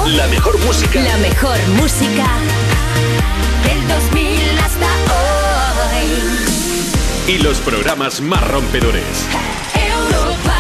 La mejor música. La mejor música del 2000 hasta hoy. Y los programas más rompedores. Europa.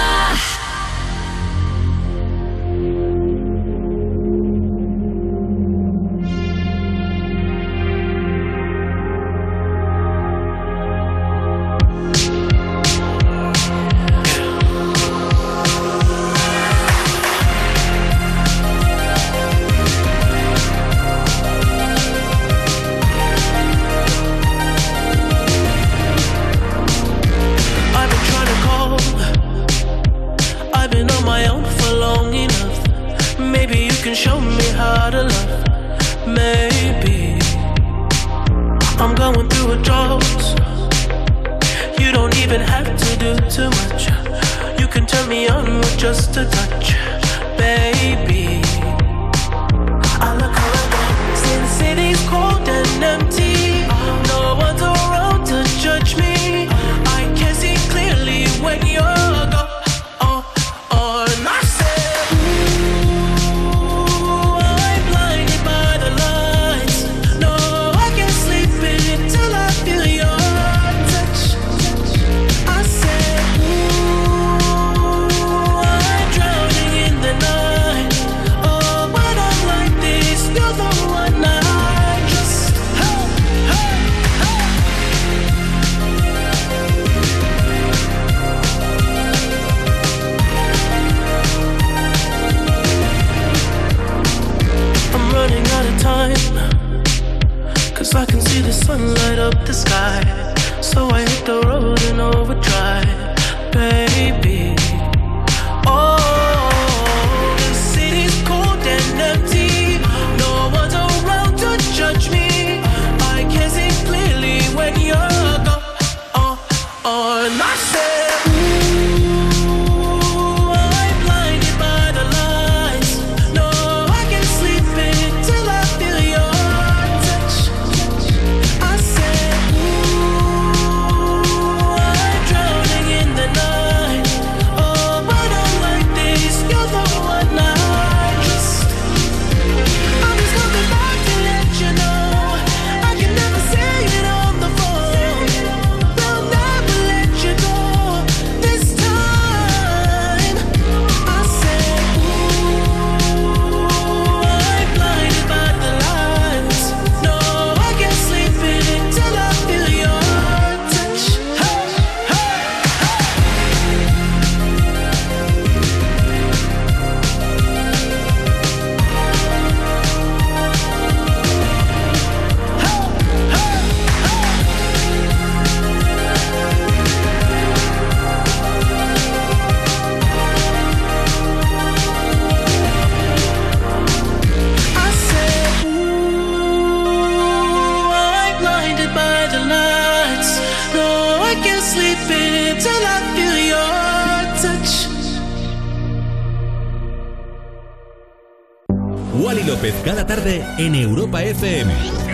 Cada tarde en Europa FM.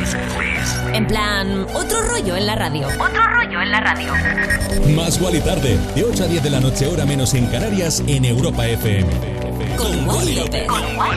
En plan, otro rollo en la radio. Más Wally tarde, de 8 a 10 de la noche, hora menos en Canarias, en Europa FM. Con Wally López.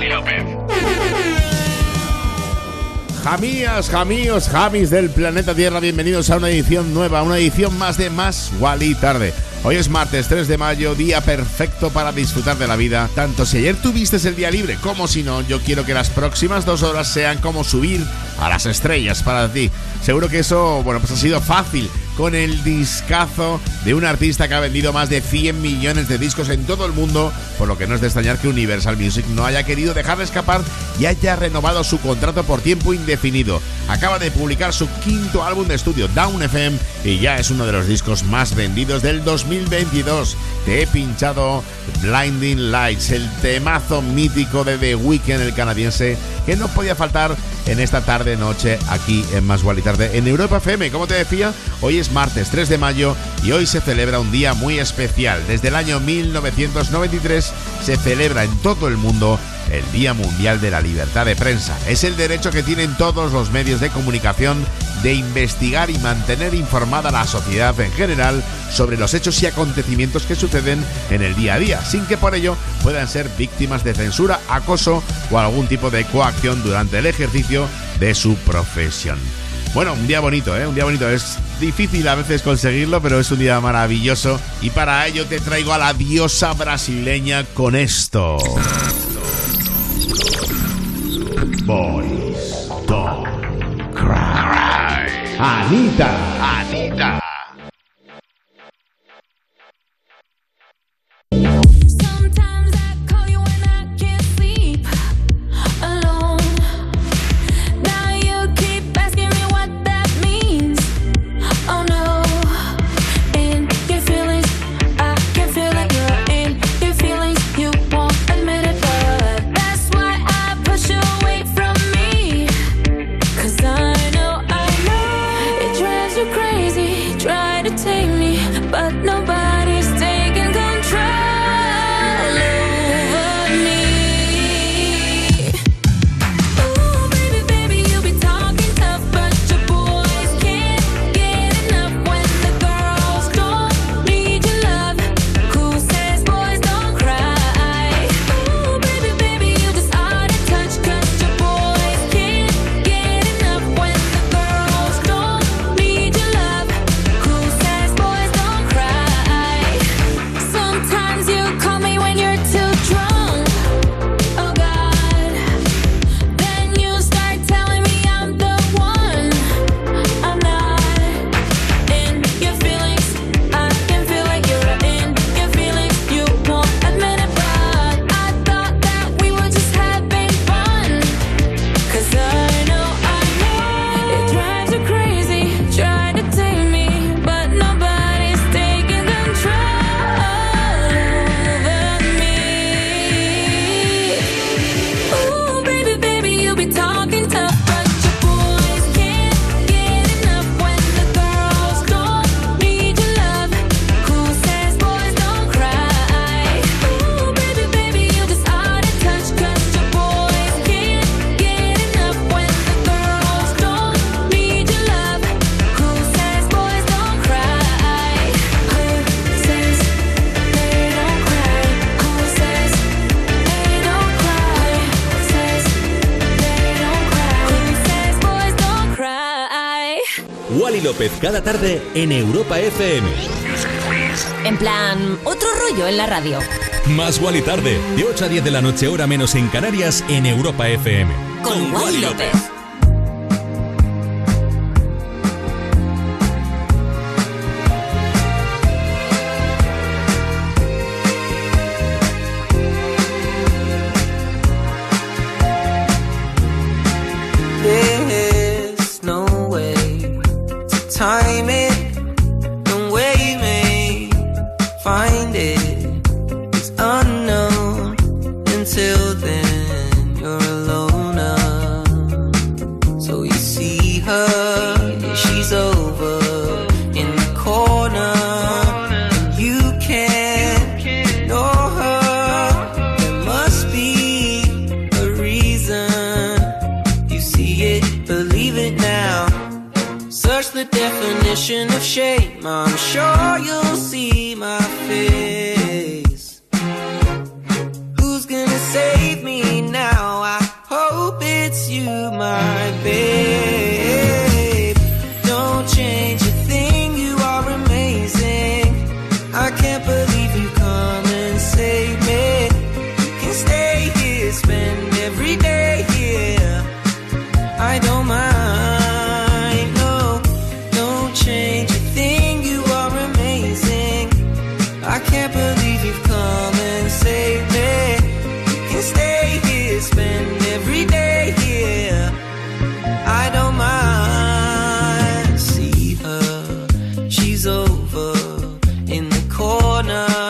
Jamis del planeta Tierra, bienvenidos a una edición nueva, una edición más de Más Wally tarde. Hoy es martes 3 de mayo, día perfecto para disfrutar de la vida. Tanto si ayer tuviste el día libre como si no, yo quiero que las próximas 2 horas sean como subir a las estrellas para ti. Seguro que eso, pues ha sido fácil con el discazo de un artista que ha vendido más de 100 millones de discos en todo el mundo, por lo que no es de extrañar que Universal Music no haya querido dejarle escapar y haya renovado su contrato por tiempo indefinido. Acaba de publicar su 5º álbum de estudio, Down FM, y ya es uno de los discos más vendidos del 2022. Te he pinchado Blinding Lights, el temazo mítico de The Weeknd, el canadiense, que no podía faltar en esta tarde-noche aquí en Más Wally Tarde en Europa FM. Como te decía, hoy es martes 3 de mayo y hoy se celebra un día muy especial. Desde el año 1993 se celebra en todo el mundo el Día Mundial de la Libertad de Prensa. Es el derecho que tienen todos los medios de comunicación de investigar y mantener informada a la sociedad en general sobre los hechos y acontecimientos que suceden en el día a día, sin que por ello puedan ser víctimas de censura, acoso o algún tipo de coacción durante el ejercicio de su profesión. Bueno, un día bonito, un día bonito. Es difícil a veces conseguirlo, pero es un día maravilloso. Y para ello te traigo a la diosa brasileña con esto. Boys Don't Cry. Anitta. López cada tarde en Europa FM. En plan, otro rollo en la radio. Más Wally tarde, de 8 a 10 de la noche, hora menos en Canarias, en Europa FM. Con Wally López. Time it the way you may find it is unknown. Until then you're alone. So you see her, yeah, she's over in the corner, and you can't ignore her. There must be a reason. You see it, believe it now. Search the definition of shame. I'm sure you'll see my face. Who's gonna save me now? I hope it's you, my babe. Don't change a thing, you are amazing. I can't believe you come and save me. You can stay here, spend every day here. I don't mind. Change a thing, you are amazing. I can't believe you've come and saved me. You can stay here, spend every day here. I don't mind. See her, she's over in the corner.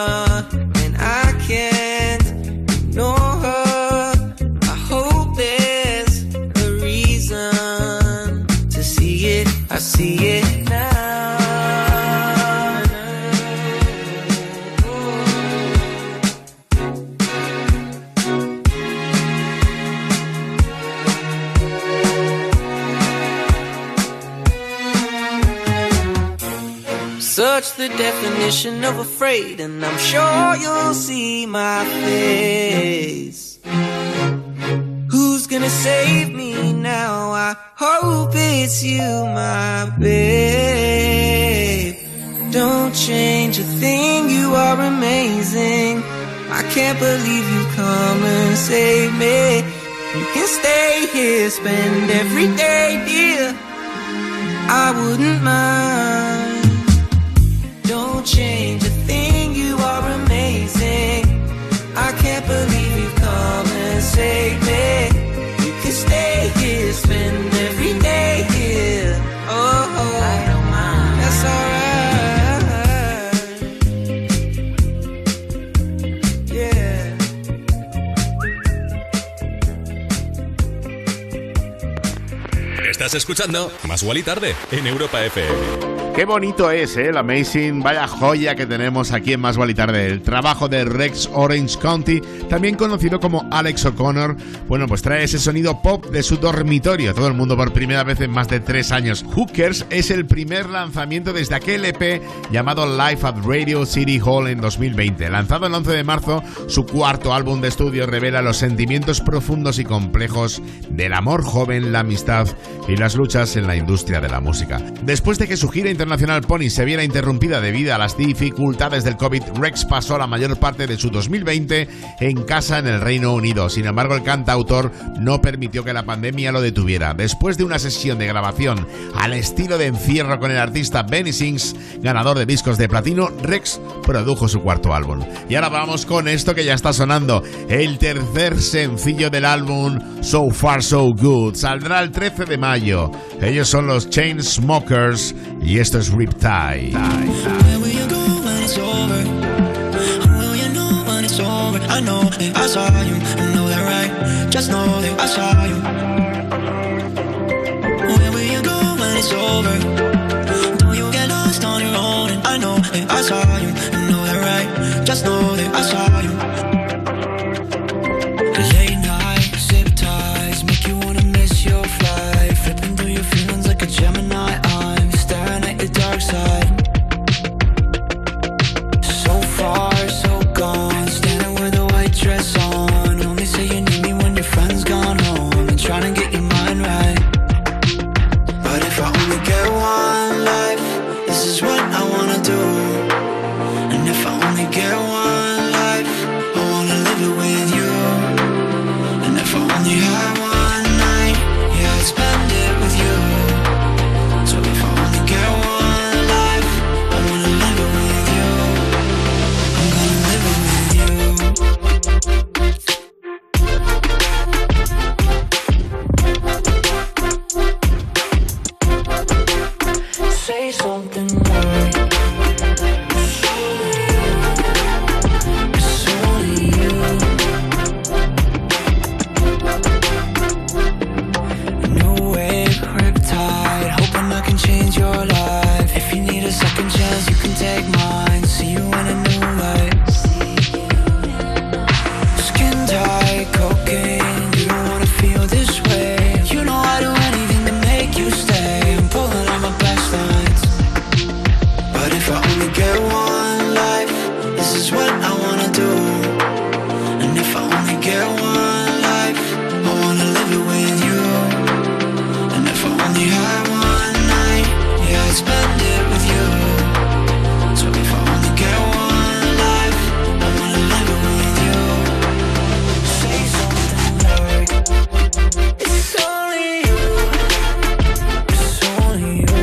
touch the definition of afraid, and I'm sure you'll see my face. Who's gonna save me now? I hope it's you, my babe. Don't change a thing, you are amazing. I can't believe you come and save me. You can stay here, spend every day, dear. I wouldn't mind. Don't change a thing, you are amazing. I can't believe you come and save me. You can stay here, spend every day here. Oh, I don't mind. That's alright. Yeah. Estás escuchando Más Guali Tarde en Europa FM. Qué bonito es, el Amazing, vaya joya que tenemos aquí en Más Guali Tarde. El trabajo de Rex Orange County, también conocido como Alex O'Connor, bueno, pues trae ese sonido pop de su dormitorio. Todo el mundo por primera vez en más de 3 años. Hookers es el primer lanzamiento desde aquel EP llamado Live at Radio City Hall en 2020. Lanzado el 11 de marzo, su cuarto álbum de estudio revela los sentimientos profundos y complejos del amor joven, la amistad y las luchas en la industria de la música. Después de que su gira internacional Pony se viera interrumpida debido a las dificultades del COVID, Rex pasó la mayor parte de su 2020 en casa en el Reino Unido. Sin embargo, el cantautor no permitió que la pandemia lo detuviera. Después de una sesión de grabación al estilo de encierro con el artista Benny Sings, ganador de discos de platino, Rex produjo su cuarto álbum. Y ahora vamos con esto que ya está sonando, el tercer sencillo del álbum So Far So Good. Saldrá el 13 de mayo. Ellos son los Chainsmokers y esto es Riptide. Where will you go when it's over? Will you know when it's over? I know that I saw you, I know that right. Just know that I saw you. Where will you go when it's over? Don't you get lost on your own? And I know that I saw you, I know that right. Just know that I saw you. Late night, zip ties, make you wanna miss your flight. Flipping through your feelings like a Gemini. I'm staring at your dark side. So far, so gone. Standing with a white dress on. Only say you need me when your friend's gone home. And trying to get your mind right. But if I only get one life, this is what I wanna do. And if I only get one life, I wanna live it with you. And if I only had one night, yeah, I'd spend it with you. So if I only get one life, I wanna live it with you. I'm gonna live it with you. Say something right. It's only you. New wave, riptide, hoping I can change your life. If you need a second chance, you can take mine. See you in a new light. Skin tight, cocaine, you don't wanna feel this way. You know I do anything to make you stay. I'm pulling on my best lines. But if I only get one life, this is what I wanna do. And if I only get one life, I wanna live it with you. And if I only had one night, yeah, I'd spend it with you. So if I only get one life, I wanna live it with you. Say something like, it's only you. It's only you.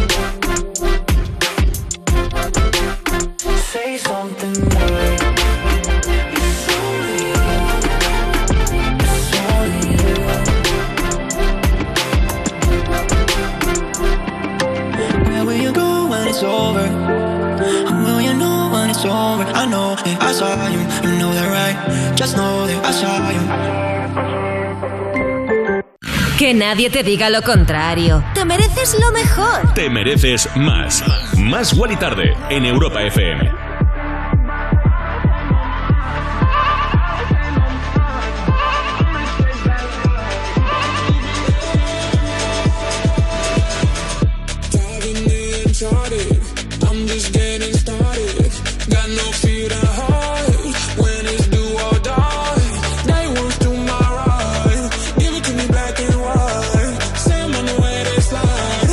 Say something like, it's only you. It's only you. Where will you go when it's over? Will you know when it's over? I know that I saw you, you know that right. Just know that I saw you. Que nadie te diga lo contrario. Te mereces lo mejor. Te mereces más. Más Guali Tarde en Europa FM. Diving in, charted. I'm just getting feel the hurt when it's do or die. They won't do my right. Give it to me black and white. Same on the way they slide.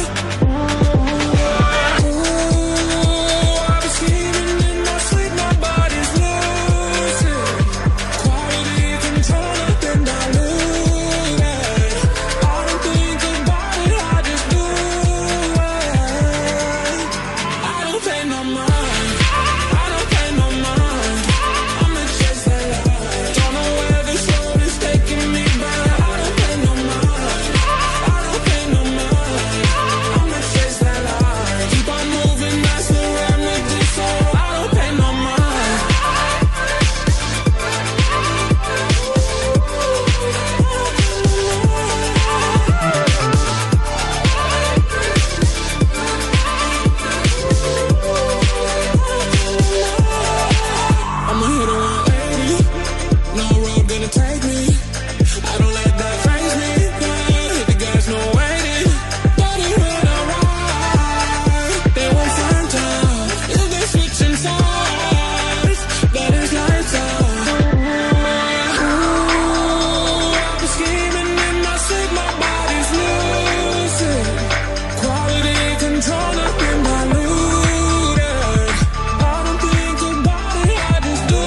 Ooh, I've been scheming in my sleep, my body's losing. Quality control, nothing diluted. I don't think about it, I just do it. I don't pay no mind. I don't pay no mind. I'ma chase that light. Don't know where this road is taking me, but I don't pay no mind. I don't pay no mind. I'ma chase that light. Keep on moving, that's the remedy, so I don't pay no mind. I'ma hit a 180. No road gonna take me. I don't let that faze me. Hit the gas, no waiting. Body when I ride. They won't find time. If they switching sides, that is lights out. Ooh, I've been scheming in my sleep, my body's losing. Quality control, nothing diluted. I don't think about it, I just do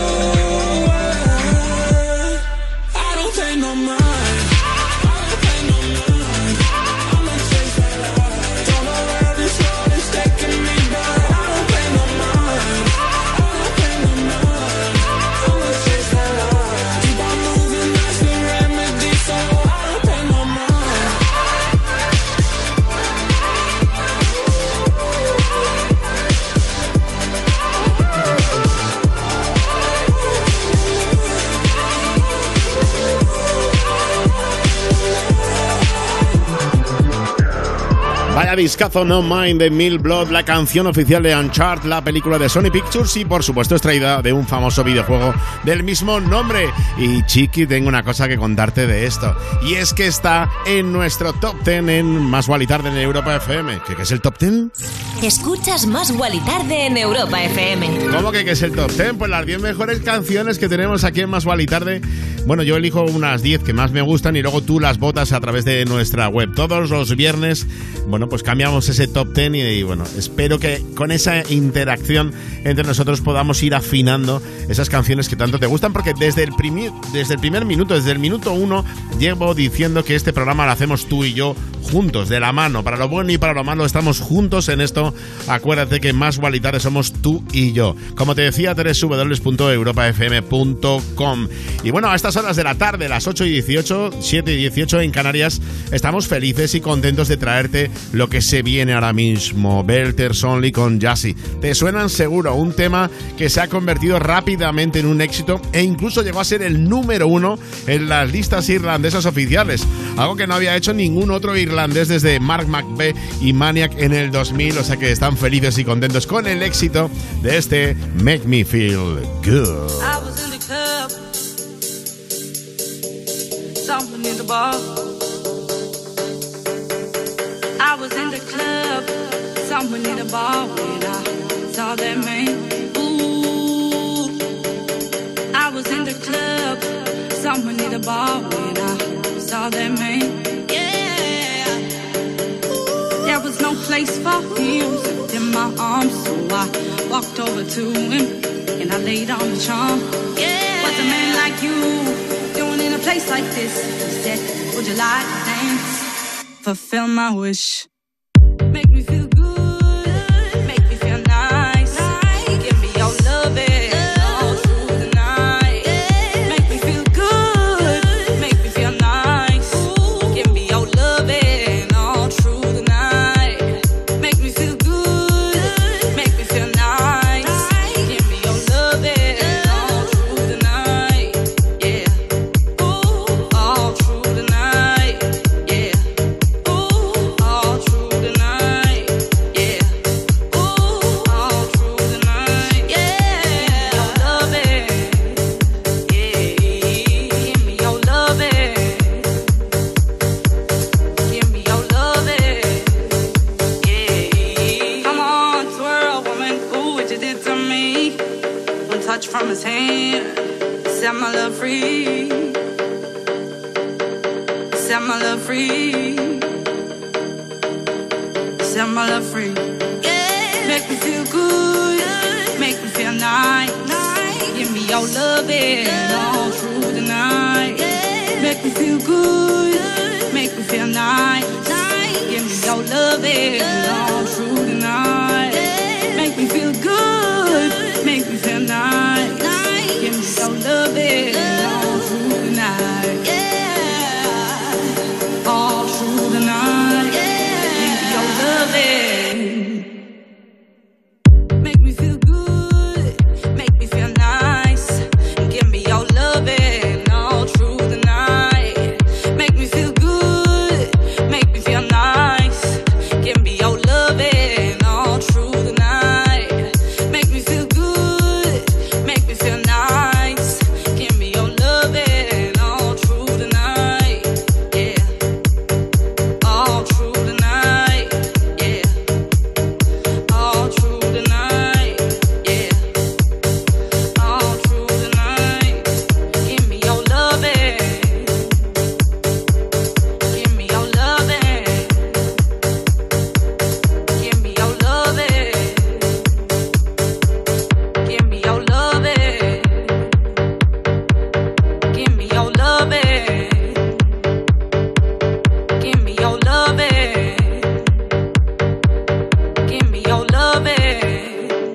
it. I don't pay no mind. I don't pay no mind. I'ma chase that light. Don't know where this road is taking me, but I don't pay no mind. I don't pay no mind. I'ma chase that light. Keep on moving, that's the remedy, so I don't pay no mind. Vaya discazo, No Mind de Mill Blood, la canción oficial de Uncharted, la película de Sony Pictures y por supuesto extraída de un famoso videojuego del mismo nombre. Y Chiqui, tengo una cosa que contarte de esto, y es que está en nuestro Top 10 en Más Guali Tarde en Europa FM. ¿Qué es el Top 10? Escuchas Más Guali Tarde en Europa FM. ¿Cómo que qué es el Top 10? Pues las 10 mejores canciones que tenemos aquí en Más Guali Tarde. Bueno, yo elijo unas 10 que más me gustan y luego tú las votas a través de nuestra web. Todos los viernes, bueno, pues cambiamos ese Top 10 y bueno, espero que con esa interacción entre nosotros podamos ir afinando esas canciones que tanto te gustan, porque desde el primer minuto, desde el minuto 1, llevo diciendo que este programa lo hacemos tú y yo juntos, de la mano. Para lo bueno y para lo malo estamos juntos en esto. Acuérdate que Más Guali Tarde somos tú y yo. Como te decía, www.europafm.com. Y bueno, a estas horas de la tarde, las 8:18, 7:18 en Canarias, estamos felices y contentos de traerte lo que se viene ahora mismo. Belters Only con Jassy. Te suenan seguro, un tema que se ha convertido rápidamente en un éxito e incluso llegó a ser el número 1 en las listas irlandesas oficiales, algo que no había hecho ningún otro irlandés desde Mark McVie y Maniac en el 2000, o sea que están felices y contentos con el éxito de este Make Me Feel Good. I was in the club, something in the bar. I was in the club, something in the bar when I saw that man. Ooh, I was in the club, something in the bar when I saw that man. Yeah, there was no place for him in my arms, so I walked over to him and I laid on the charm. Yeah, what's a man like you doing in a place like this? He said, would you like to dance? Fulfill my wish. Make me feel good, make me feel nice. Give me your loving all through the night. Make me feel good, make me feel nice. Give me your loving all through the night. Make me feel good, make me feel nice. Give me your loving all through the night. Yeah, ooh, all through the night. Yeah, ooh, all through the night. touch from his hand. Set my love free. Set my love free. Set my love free. Yeah. Make me feel good. Make me feel nice. Give me your loving all through the night. Make me feel good. Make me feel nice. Give me your loving all through the night. Make me feel good. Make me feel nice. Give me your loving all through the night. All through the night. Give me your loving. Make me feel good. Make me feel nice. Give me your loving all through the night. Make me feel good. Make me feel nice. Give me your loving all through the night. Make me feel good. Make me feel nice. Give me your loving all through the night. Yeah. All through the night. Yeah. All through the night. Yeah. All through the night. Give me your loving. Give me your loving. Give me your loving. Give me your loving. Give me your loving. Give me your loving. Give me your loving.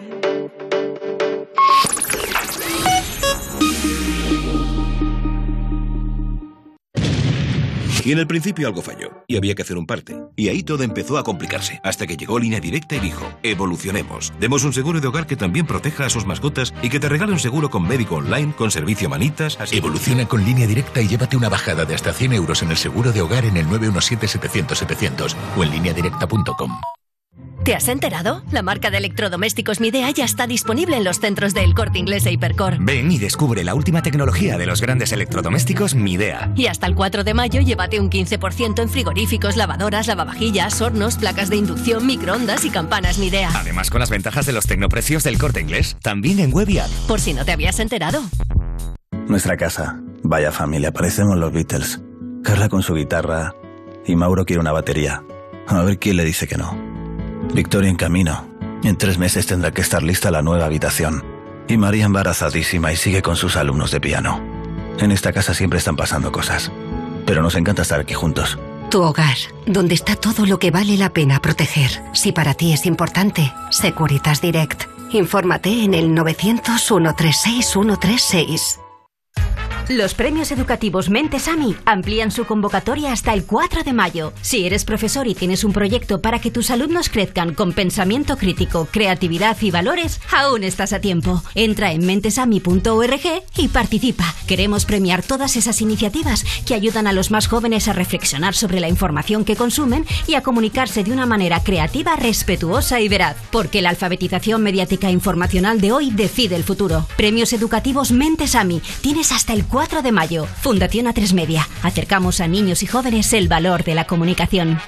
Y en el principio algo falló, y había que hacer un parte. Y ahí todo empezó a complicarse, hasta que llegó Línea Directa y dijo, evolucionemos. Demos un seguro de hogar que también proteja a sus mascotas y que te regale un seguro con médico online, con servicio manitas, así. Evoluciona con Línea Directa y llévate una bajada de hasta 100 euros en el seguro de hogar en el 917-700-700 o en lineadirecta.com. ¿Te has enterado? La marca de electrodomésticos Midea ya está disponible en los centros de El Corte Inglés e Hipercor. Ven y descubre la última tecnología de los grandes electrodomésticos Midea. Y hasta el 4 de mayo llévate un 15% en frigoríficos, lavadoras, lavavajillas, hornos, placas de inducción, microondas y campanas Midea. Además, con las ventajas de los tecnoprecios del Corte Inglés, también en web y app. Por si no te habías enterado. Nuestra casa. Vaya familia, parecemos los Beatles. Carla con su guitarra y Mauro quiere una batería. A ver quién le dice que no. Victoria en camino. En 3 meses tendrá que estar lista la nueva habitación. Y María embarazadísima y sigue con sus alumnos de piano. En esta casa siempre están pasando cosas. Pero nos encanta estar aquí juntos. Tu hogar, donde está todo lo que vale la pena proteger. Si para ti es importante, Securitas Direct. Infórmate en el 900-136-136. Los premios educativos Mentes AMI amplían su convocatoria hasta el 4 de mayo. Si eres profesor y tienes un proyecto para que tus alumnos crezcan con pensamiento crítico, creatividad y valores, aún estás a tiempo. Entra en mentesami.org y participa. Queremos premiar todas esas iniciativas que ayudan a los más jóvenes a reflexionar sobre la información que consumen y a comunicarse de una manera creativa, respetuosa y veraz. Porque la alfabetización mediática e informacional de hoy decide el futuro. Premios educativos Mentes AMI. Tienes hasta el 4 de mayo. Fundación A3 Media. Acercamos a niños y jóvenes el valor de la comunicación.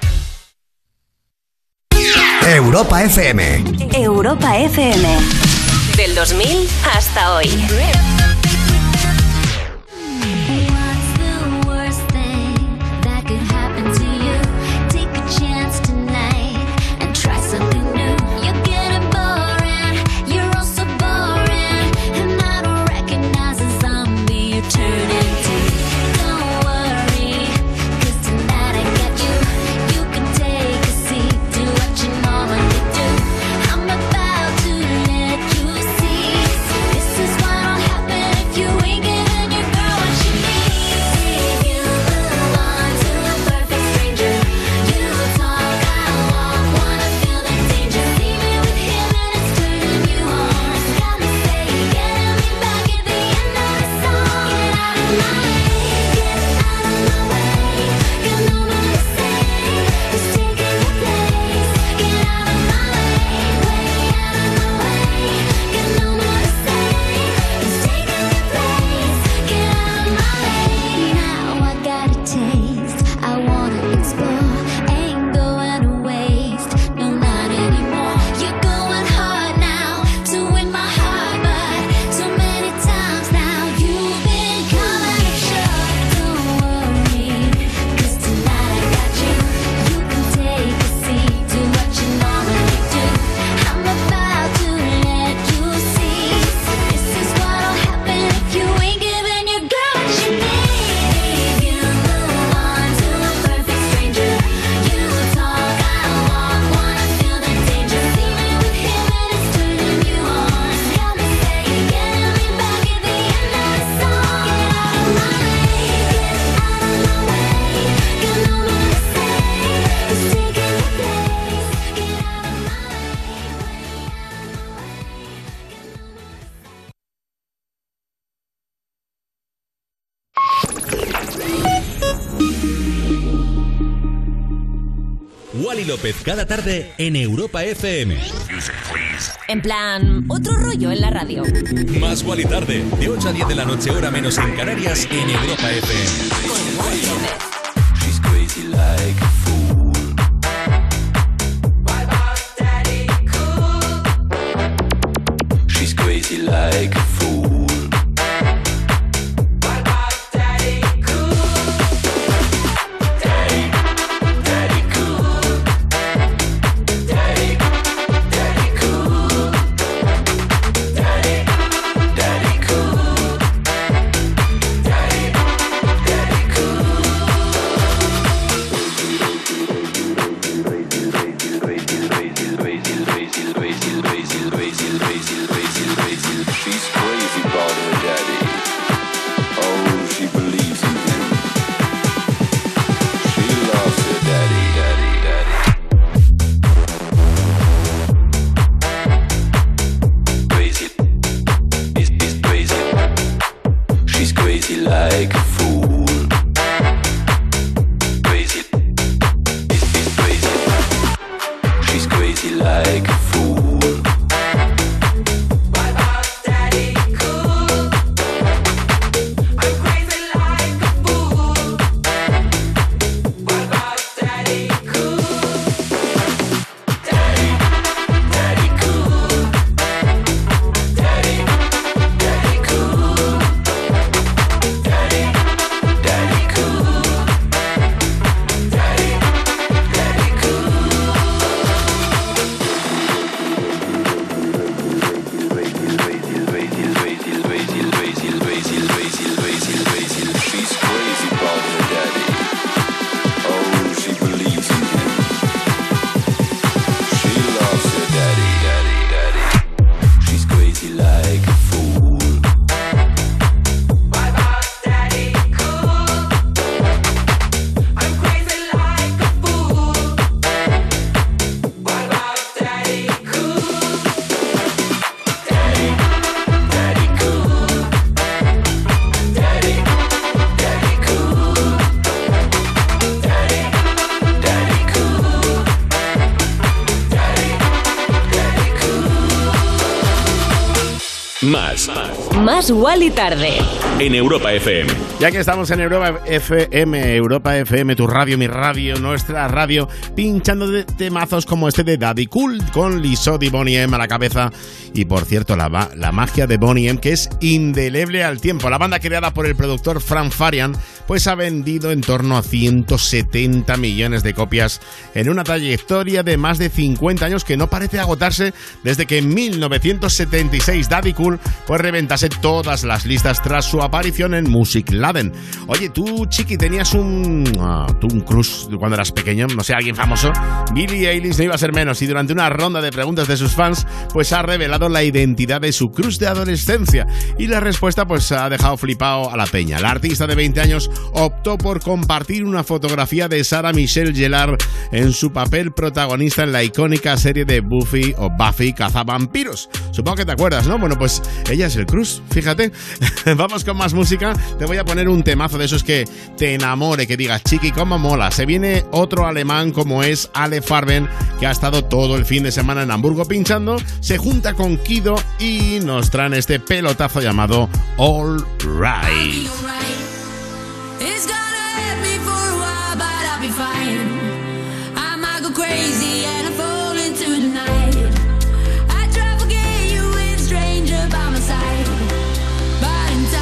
Europa FM. Europa FM. Del 2000 hasta hoy. This is what will happen. Wally López cada tarde en Europa FM. En plan, otro rollo en la radio. Más Wally tarde, de 8 a 10 de la noche, hora menos en Canarias, en Europa FM. Con Wally López. She's crazy like a fool. She's crazy like a fool. Más Wally tarde en Europa FM. Ya que estamos en Europa FM, tu radio, mi radio, nuestra radio, pinchando de temazos como este de Daddy Cool, con Lizzo y Boney M a la cabeza. Y por cierto, la magia de Boney M, que es indeleble al tiempo. La banda creada por el productor Frank Farian, pues ha vendido en torno a 170 millones de copias en una trayectoria de más de 50 años que no parece agotarse desde que en 1976 Daddy Cool pues reventase todas las listas tras su aparición en Music Laden. Oye, tú, Chiqui, tenías un crush cuando eras pequeño, no sé, alguien famoso. Billie Eilish no iba a ser menos, y durante una ronda de preguntas de sus fans pues ha revelado la identidad de su crush de adolescencia, y la respuesta pues ha dejado flipado a la peña. La artista de 20 años optó por compartir una fotografía de Sarah Michelle Gellar en su papel protagonista en la icónica serie de Buffy Cazavampiros. Supongo que te acuerdas, ¿no? Bueno, pues ella es el crush, fíjate. Vamos con más música. Te voy a poner un temazo de esos que te enamore, que digas, Chiqui, cómo mola. Se viene otro alemán como es Ale Farben, que ha estado todo el fin de semana en Hamburgo pinchando. Se junta con Kido y nos traen este pelotazo llamado All Right. It's gonna hurt me for a while, but I'll be fine. I might go crazy and I fall into the night. I try to forget you with a stranger by my side, but in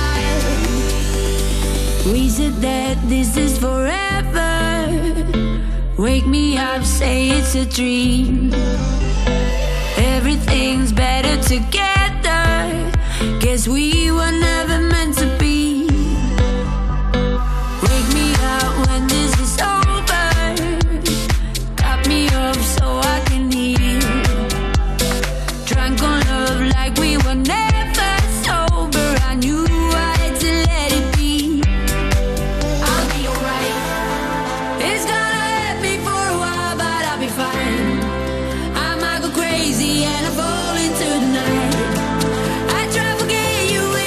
time we said that this is forever. Wake me up, say it's a dream. Everything's better together. Guess we were never meant to be. Wake me up when this is over. Cut me off so I can heal. Drunk on love like we were never sober. I knew I had to let it be. I'll be alright. It's gonna hurt me for a while, but I'll be fine. I might go crazy and I fall into the night. I try to forget you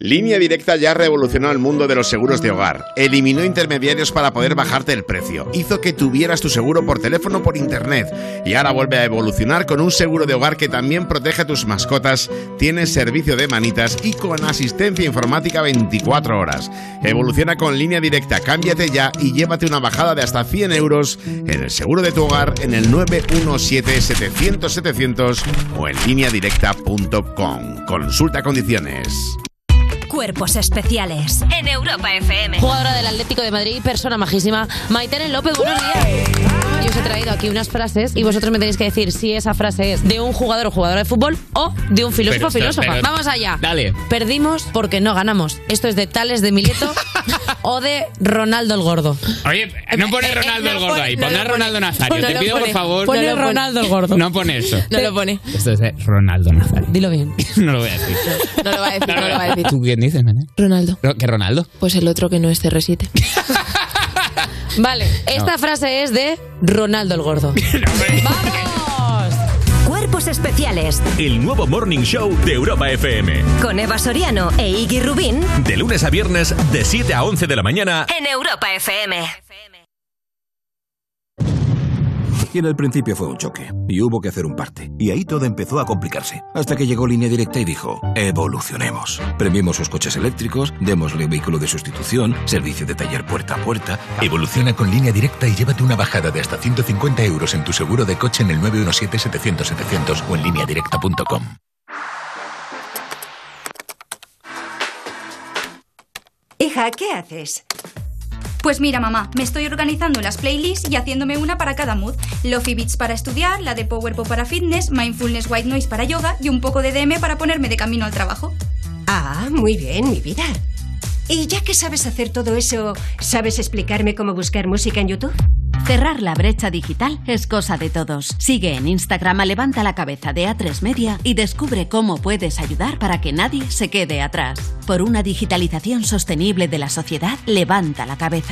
Línea Directa ya revolucionó el mundo de los seguros de hogar. Eliminó intermediarios para poder bajarte el precio. Hizo que tuvieras tu seguro por teléfono o por internet. Y ahora vuelve a evolucionar con un seguro de hogar que también protege a tus mascotas, tiene servicio de manitas y con asistencia informática 24 horas. Evoluciona con Línea Directa. Cámbiate ya y llévate una bajada de hasta 100 euros en el seguro de tu hogar en el 917-700-700 o en lineadirecta.com. Consulta condiciones. Cuerpos especiales en Europa FM. Jugadora del Atlético de Madrid, persona majísima, Maitene López, buenos días. Yo os he traído aquí unas frases y vosotros me tenéis que decir si esa frase es de un jugador o jugadora de fútbol o de un filósofo o filósofa. Vamos allá. Dale. Perdimos porque no ganamos. Esto es de Tales de Mileto o de Ronaldo el Gordo. Oye, no pone Ronaldo el Gordo ahí, pon a Ronaldo Nazario. Te pido, por favor. Pone Ronaldo el Gordo. No pone eso. No lo pone. Esto es de Ronaldo Nazario. Dilo bien. No lo voy a decir. No lo va a decir, no lo va a decir. ¿Tú quién dices, Mene? Ronaldo. ¿Qué Ronaldo? Pues el otro que no es CR7. Vale, esta frase es de Ronaldo el Gordo. ¡Vamos! Cuerpos especiales El nuevo Morning Show de Europa FM. con Eva Soriano e Iggy Rubín De lunes a viernes, de 7 a 11 de la mañana. en Europa FM. Y en el principio fue un choque, y hubo que hacer un parte. Y ahí todo empezó a complicarse. Hasta que llegó Línea Directa y dijo, evolucionemos. Premiemos sus coches eléctricos, démosle vehículo de sustitución, servicio de taller puerta a puerta. Evoluciona con Línea Directa y llévate una bajada de hasta 150 euros en tu seguro de coche en el 917-700-700 o en lineadirecta.com. Hija, ¿qué haces? Pues mira, mamá, me estoy organizando las playlists y haciéndome una para cada mood. Lofi Beats para estudiar, la de Power Pop para fitness, Mindfulness White Noise para yoga y un poco de DM para ponerme de camino al trabajo. Ah, muy bien, mi vida. Y ya que sabes hacer todo eso, ¿sabes explicarme cómo buscar música en YouTube? Cerrar la brecha digital es cosa de todos. Sigue en Instagram a Levanta la Cabeza de A3 Media y descubre cómo puedes ayudar para que nadie se quede atrás. Por una digitalización sostenible de la sociedad, levanta la cabeza.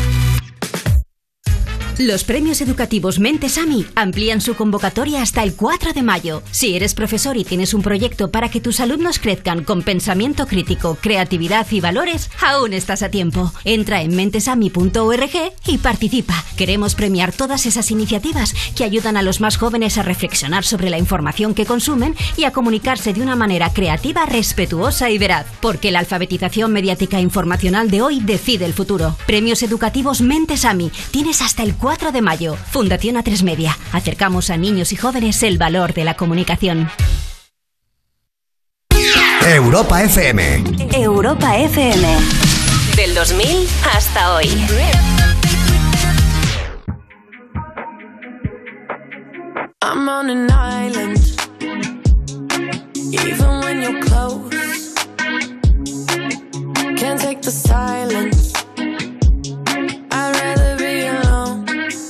Los premios educativos Mentes AMI amplían su convocatoria hasta el 4 de mayo. Si eres profesor y tienes un proyecto para que tus alumnos crezcan con pensamiento crítico, creatividad y valores, aún estás a tiempo. Entra en mentesami.org y participa. Queremos premiar todas esas iniciativas que ayudan a los más jóvenes a reflexionar sobre la información que consumen y a comunicarse de una manera creativa, respetuosa y veraz. Porque la alfabetización mediática e informacional de hoy decide el futuro. Premios educativos Mentes AMI. Tienes hasta el 4 de mayo. Fundación A3 Media. Acercamos a niños y jóvenes el valor de la comunicación. Europa FM. Europa FM. Del 2000 hasta hoy. I'm on an island, even when you're close. Can't take the silence. I'd rather be alone.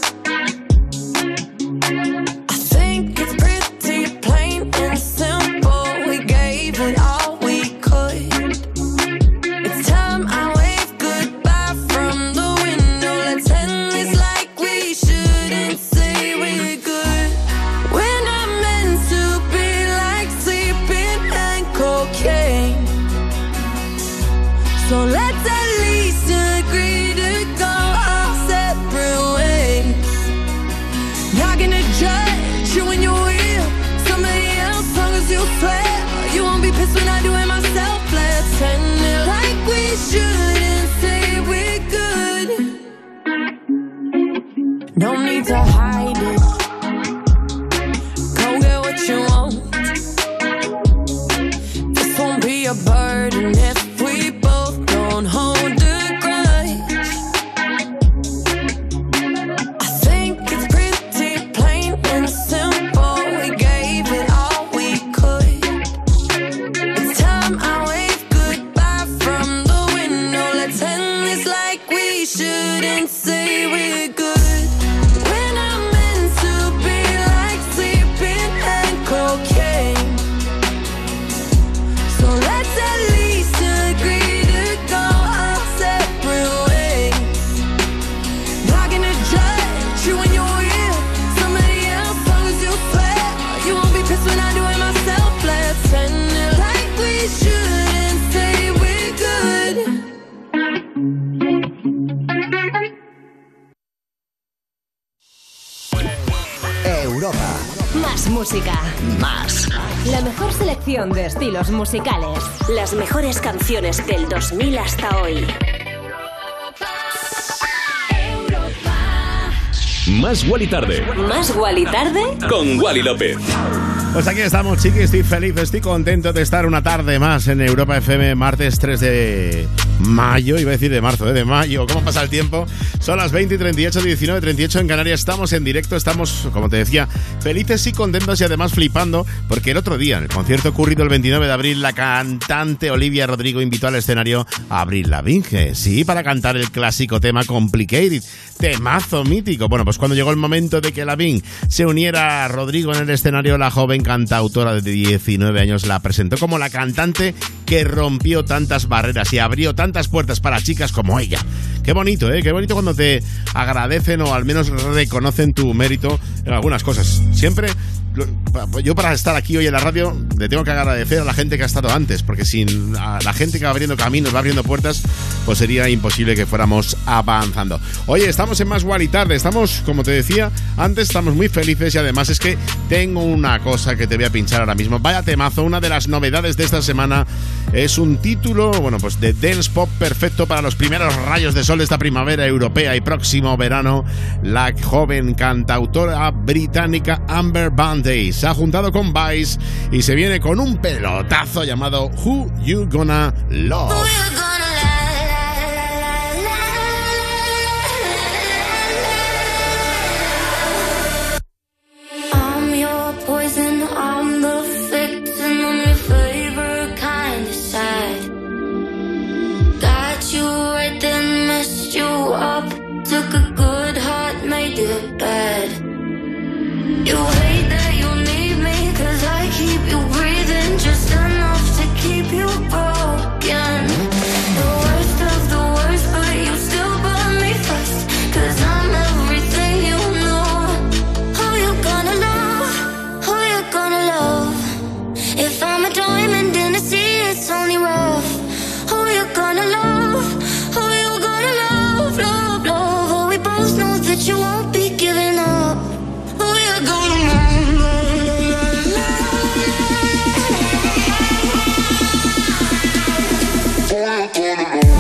I think it's pretty plain and simple. We gave it all we could. It's time I wave goodbye from the window. Let's end this like we shouldn't say we're good. We're not meant to be like sleeping and cocaine. So let's at least agree to go our separate ways. Not gonna judge you when you're real. Somebody else, long as you swear. You won't be pissed when I do it myself. Let's end it like we shouldn't say we're good. No need to hide it. Go get what you want. This won't be a burden if we both don't hold a grudge. I think it's pretty plain and simple. We gave it all we could. It's time I wave goodbye from the window. Let's end this like we shouldn't say we're good. We're not meant to be like sleeping and cocaine. So let's at least agree to go our separate ways. Not gonna judge you when you're real. Somebody else, long as you swear. You won't be pissed when I do it myself. Let's end it like we shouldn't say we're Europa. Más música. Más. La mejor selección de estilos musicales. Las mejores canciones del 2000 hasta hoy. Más Wally Tarde. Más Wally Tarde. Con Wally López. Pues aquí estamos, chiqui, estoy feliz, estoy contento de estar una tarde más en Europa FM, martes 3 de mayo, iba a decir de marzo, de mayo, ¿cómo pasa el tiempo? Son las 20:38, 19:38 en Canarias, estamos en directo, estamos, como te decía, felices y contentos y además flipando, porque el otro día, en el concierto ocurrido el 29 de abril, la cantante Olivia Rodrigo invitó al escenario a Avril Lavigne, sí, para cantar el clásico tema Complicated, temazo mítico. Bueno, pues cuando llegó el momento de que Lavigne se uniera a Rodrigo en el escenario, la joven cantautora de 19 años la presentó como la cantante que rompió tantas barreras y abrió tantas puertas para chicas como ella. Qué bonito, ¿eh? Qué bonito cuando te agradecen o al menos reconocen tu mérito en algunas cosas. Siempre, yo para estar aquí hoy en la radio le tengo que agradecer a la gente que ha estado antes, porque sin a la gente que va abriendo caminos, va abriendo puertas, pues sería imposible que fuéramos avanzando. Oye, estamos en Más Wally Tarde, estamos, como te decía antes, estamos muy felices y además es que tengo una cosa que te voy a pinchar ahora mismo. Vaya temazo, una de las novedades de esta semana es un título, bueno, pues de dance pop perfecto para los primeros rayos de sol de esta primavera europea y próximo verano. La joven cantautora británica Amber Bundy se ha juntado con Vice y se viene con un pelotazo llamado Who You Gonna Love. I'm the victim, I'm your favorite kind of sad. Got you right then, messed you up. Took a good heart, made it bad. You hate that you need me, cause I keep you breathing just enough to keep you broken. The worst of the worst, but you still burn me first, cause I'm everything you know. Who you gonna love? Who you gonna love? If I'm a diamond in the sea, it's only rough. Who you gonna love? Who you gonna love? Love, love. Oh, we both know that you won't be giving up. Who you gonna love? Who you gonna love?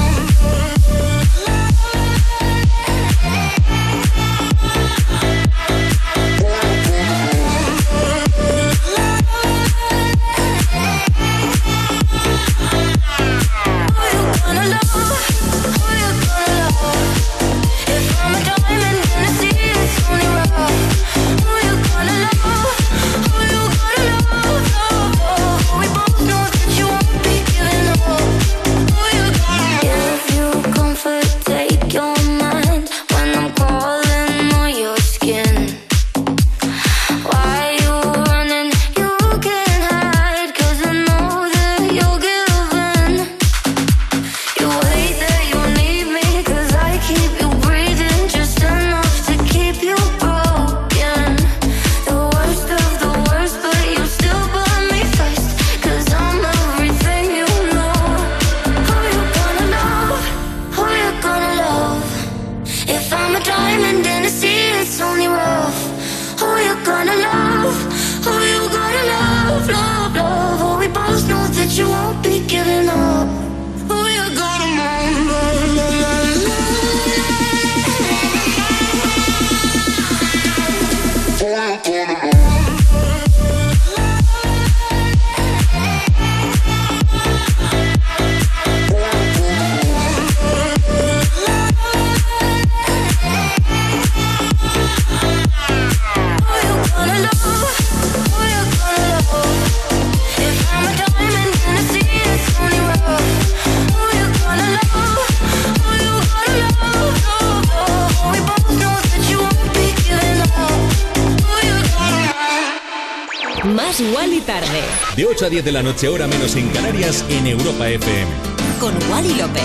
Más Wally Tarde. De 8 a 10 de la noche, hora menos en Canarias, en Europa FM. Con Wally López.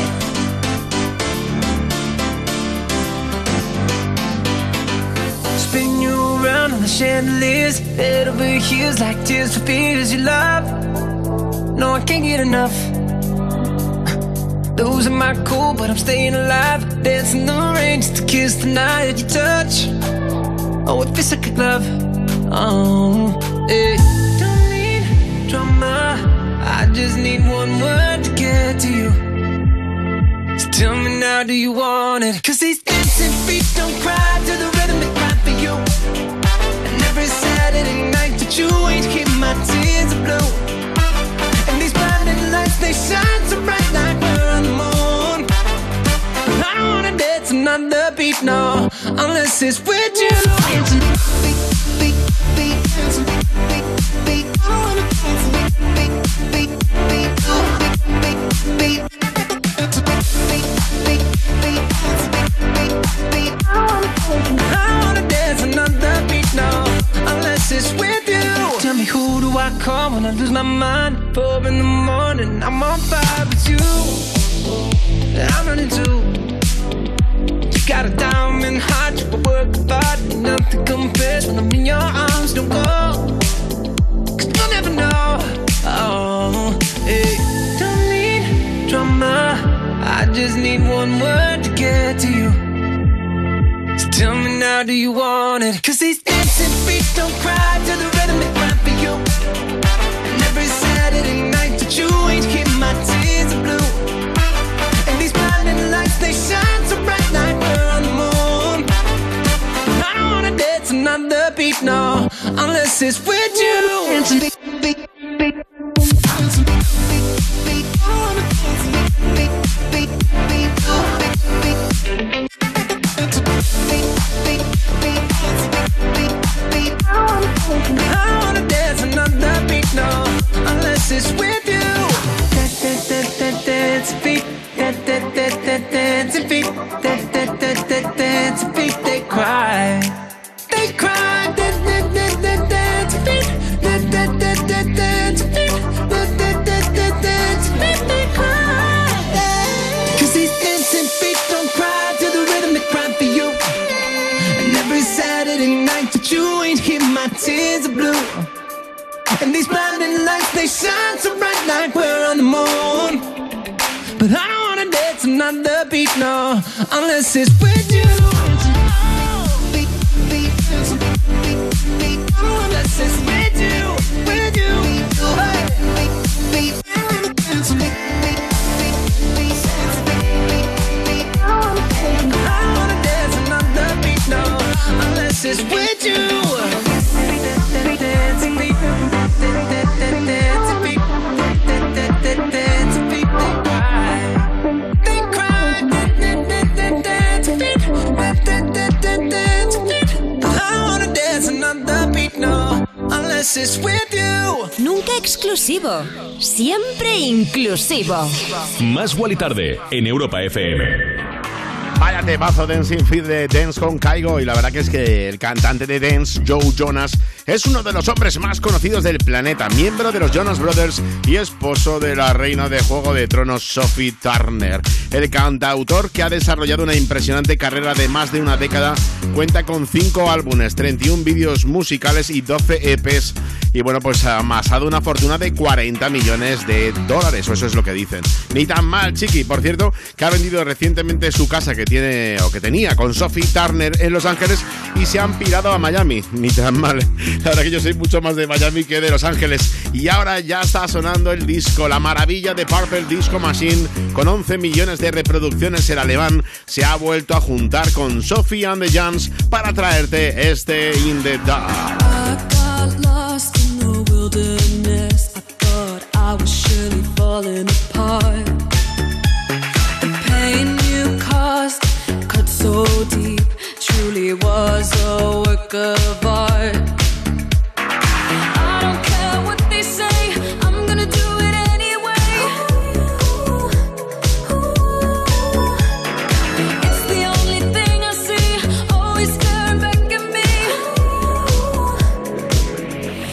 Spin you around on the chandeliers. It'll be heels like tears for fears you love. No, I can't get enough. Losing my cool, but I'm staying alive. Dancing in the rain just to kiss the night you touch. Oh, it feels like a glove. Oh, hey. Don't need drama, I just need one word to get to you. So tell me now, do you want it? 'Cause these dancing feet don't cry to the rhythm they cry for you. And every Saturday night that you ain't keep my tears are blue. And these blinding lights, they shine so bright like we're on the moon. But I don't wanna dance another beat, no, unless it's with you. I wanna dance another beat, no, unless it's with you. Tell me, who do I call when I lose my mind? 4 in the morning, I'm on fire with you. I'm running too. You got a diamond heart, you work hard, nothing compares when I'm in your arms. Don't go, 'cause you'll never know. Oh, hey. Don't need drama, I just need one word to get to you. So tell me now, do you want it? 'Cause these dancing feet don't cry to the rhythm they cry for you. And every Saturday night that you ain't keep my tears are blue. And these blinding lights, they shine so bright like we're on the moon. But I don't wanna dance another beat, no, unless it's with you. Dancing beat, beat, beat. Dancing beat, beat, beat. I wanna dance beat, beat, beat, beat, beat. I wanna dance another beat, no, unless it's with you. Dance beat, dance beat, dance beat. They cry, they cry. Dance beat, dance beat, dance beat. They cry. 'Cause these dancing feet don't cry to the rhythm they cry for you. And every Saturday night that you ain't here, my tears are blue. And these blinding lights, they shine so bright like we're on the moon. But I don't wanna dance another beat, no, unless it's with you. Beat, beat, beat, beat, unless it's with you, with you. Hey. Beat, beat, I wanna dance another beat, no, unless it's with you. Nunca exclusivo, siempre inclusivo. Más Wally Tarde en Europa FM. Vaya temazo Dancing Feet de Dance con Kygo. Y la verdad que es que el cantante de Dance, Joe Jonas, es uno de los hombres más conocidos del planeta, miembro de los Jonas Brothers y esposo de la reina de Juego de Tronos, Sophie Turner. El cantautor, que ha desarrollado una impresionante carrera de más de una década, cuenta con 5 álbumes, 31 vídeos musicales y 12 EPs. Y bueno, pues ha amasado una fortuna de $40 millones, o eso es lo que dicen. Ni tan mal, chiqui. Por cierto, que ha vendido recientemente su casa que tenía con Sophie Turner en Los Ángeles y se han pirado a Miami. Ni tan mal. La verdad que yo soy mucho más de Miami que de Los Ángeles. Y ahora ya está sonando el disco, la maravilla de Purple Disco Machine, con 11 millones de reproducciones. El alemán se ha vuelto a juntar con Sophie and the Jams para traerte este In the Dark. Lost in the wilderness, I thought I was surely falling apart. The pain you caused cut so deep, truly was a work of art. I don't care what they say, I'm gonna do it anyway. It's the only thing I see, always staring back at me.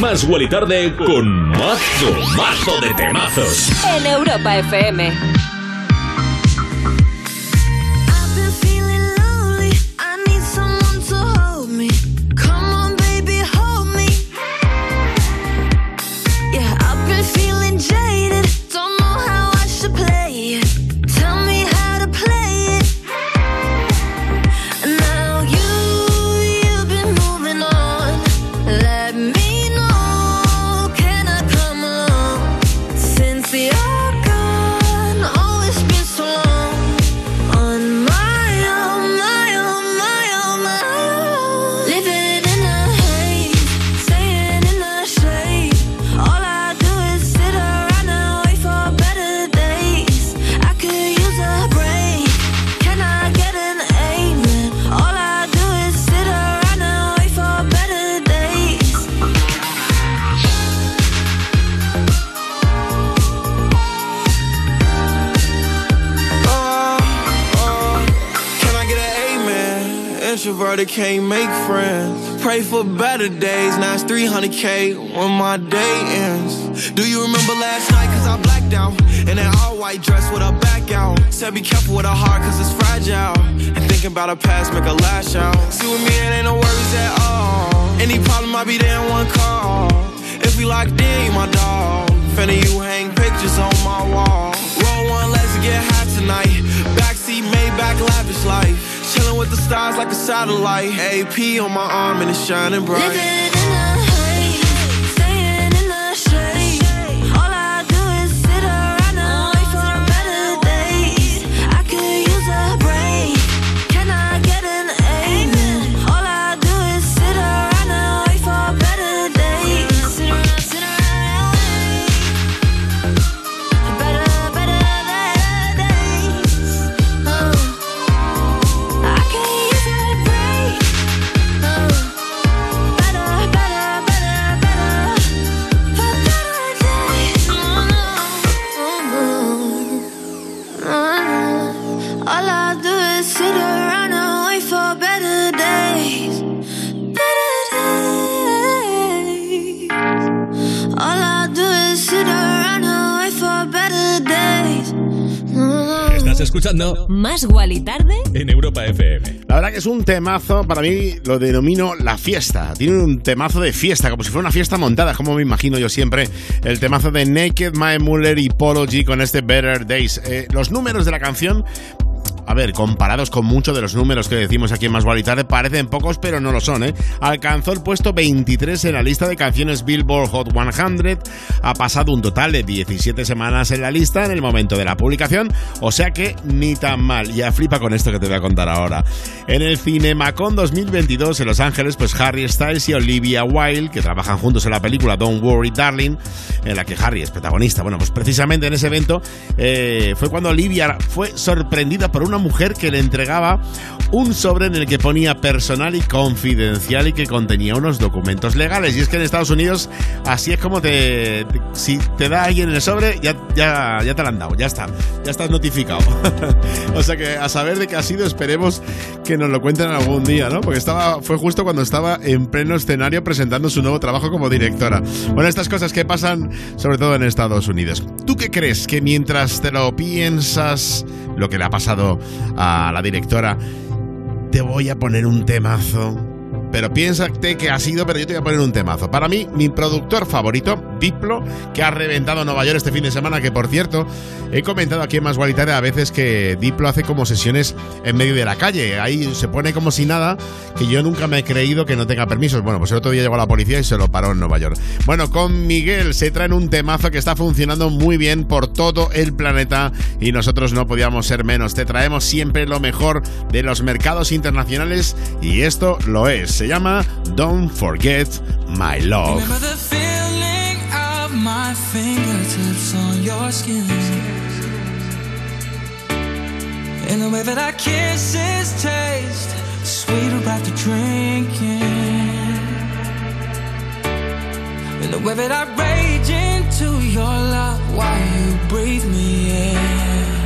Más Guali Tarde con mazo de temazos. En Europa FM. Introverted can't make friends. Pray for better days. Now it's 300K when my day ends. Do you remember last night? Cause I blacked out in that all white dress with her back out. Said be careful with her heart cause it's fragile. And thinking about her past make her lash out. See with me it ain't no worries at all. Any problem I be there in one call. If we locked in, you my dog. Finna you hang pictures on my wall. Roll one, let's get high tonight. Backseat Maybach, lavish life. Chillin' with the stars like a satellite. AP on my arm and it's shining bright. Living in the haze, staying in the shade. All I do is sit around and wait for better days. I could use a break. Can I get an amen? All I do is sit around and wait for better days. Sit around and wait. Better days. I can't use a break. All I do is sit around and wait for better days. All I do is sit around and wait for better days. ¿Estás escuchando? Más Guali Tarde En Europa FM. La verdad que es un temazo, para mí lo denomino la fiesta. Tiene un temazo de fiesta, como si fuera una fiesta montada, como me imagino yo siempre. El temazo de Naked, Mae Muller y Polo G con este Better Days. Los números de la canción, a ver, comparados con muchos de los números que decimos aquí en Más Guali Tarde, parecen pocos, pero no lo son, ¿eh? Alcanzó el puesto 23 en la lista de canciones Billboard Hot 100. Ha pasado un total de 17 semanas en la lista en el momento de la publicación, o sea que ni tan mal. Ya flipa con esto que te voy a contar ahora. En el CinemaCon 2022 en Los Ángeles, pues Harry Styles y Olivia Wilde, que trabajan juntos en la película Don't Worry Darling, en la que Harry es protagonista. Bueno, pues precisamente en ese evento fue cuando Olivia fue sorprendida por una mujer que le entregaba un sobre en el que ponía personal y confidencial y que contenía unos documentos legales. Y es que en Estados Unidos así es como si te da alguien el sobre, ya te lo han dado, ya estás notificado. O sea que a saber de qué ha sido, esperemos que nos lo cuenten algún día, ¿no? Porque fue justo cuando estaba en pleno escenario presentando su nuevo trabajo como directora. Bueno, estas cosas que pasan sobre todo en Estados Unidos. ¿Tú qué crees? Que mientras te lo piensas, lo que le ha pasado a la directora, te voy a poner un temazo. Pero piénsate que ha sido, pero yo te voy a poner un temazo. Para mí, mi productor favorito, Diplo, que ha reventado Nueva York este fin de semana, que por cierto, he comentado aquí en Más Guali Tarde a veces que Diplo hace como sesiones en medio de la calle. Ahí se pone como si nada, que yo nunca me he creído que no tenga permisos. Bueno, pues el otro día llegó la policía y se lo paró en Nueva York. Bueno, con Miguel se traen un temazo que está funcionando muy bien por todo el planeta y nosotros no podíamos ser menos. Te traemos siempre lo mejor de los mercados internacionales y esto lo es. Se llama Don't Forget My Love. Remember the feeling of my fingertips on your skin, and the way that our kisses taste sweeter after drinking, and the way that I rage into your love while you breathe me in,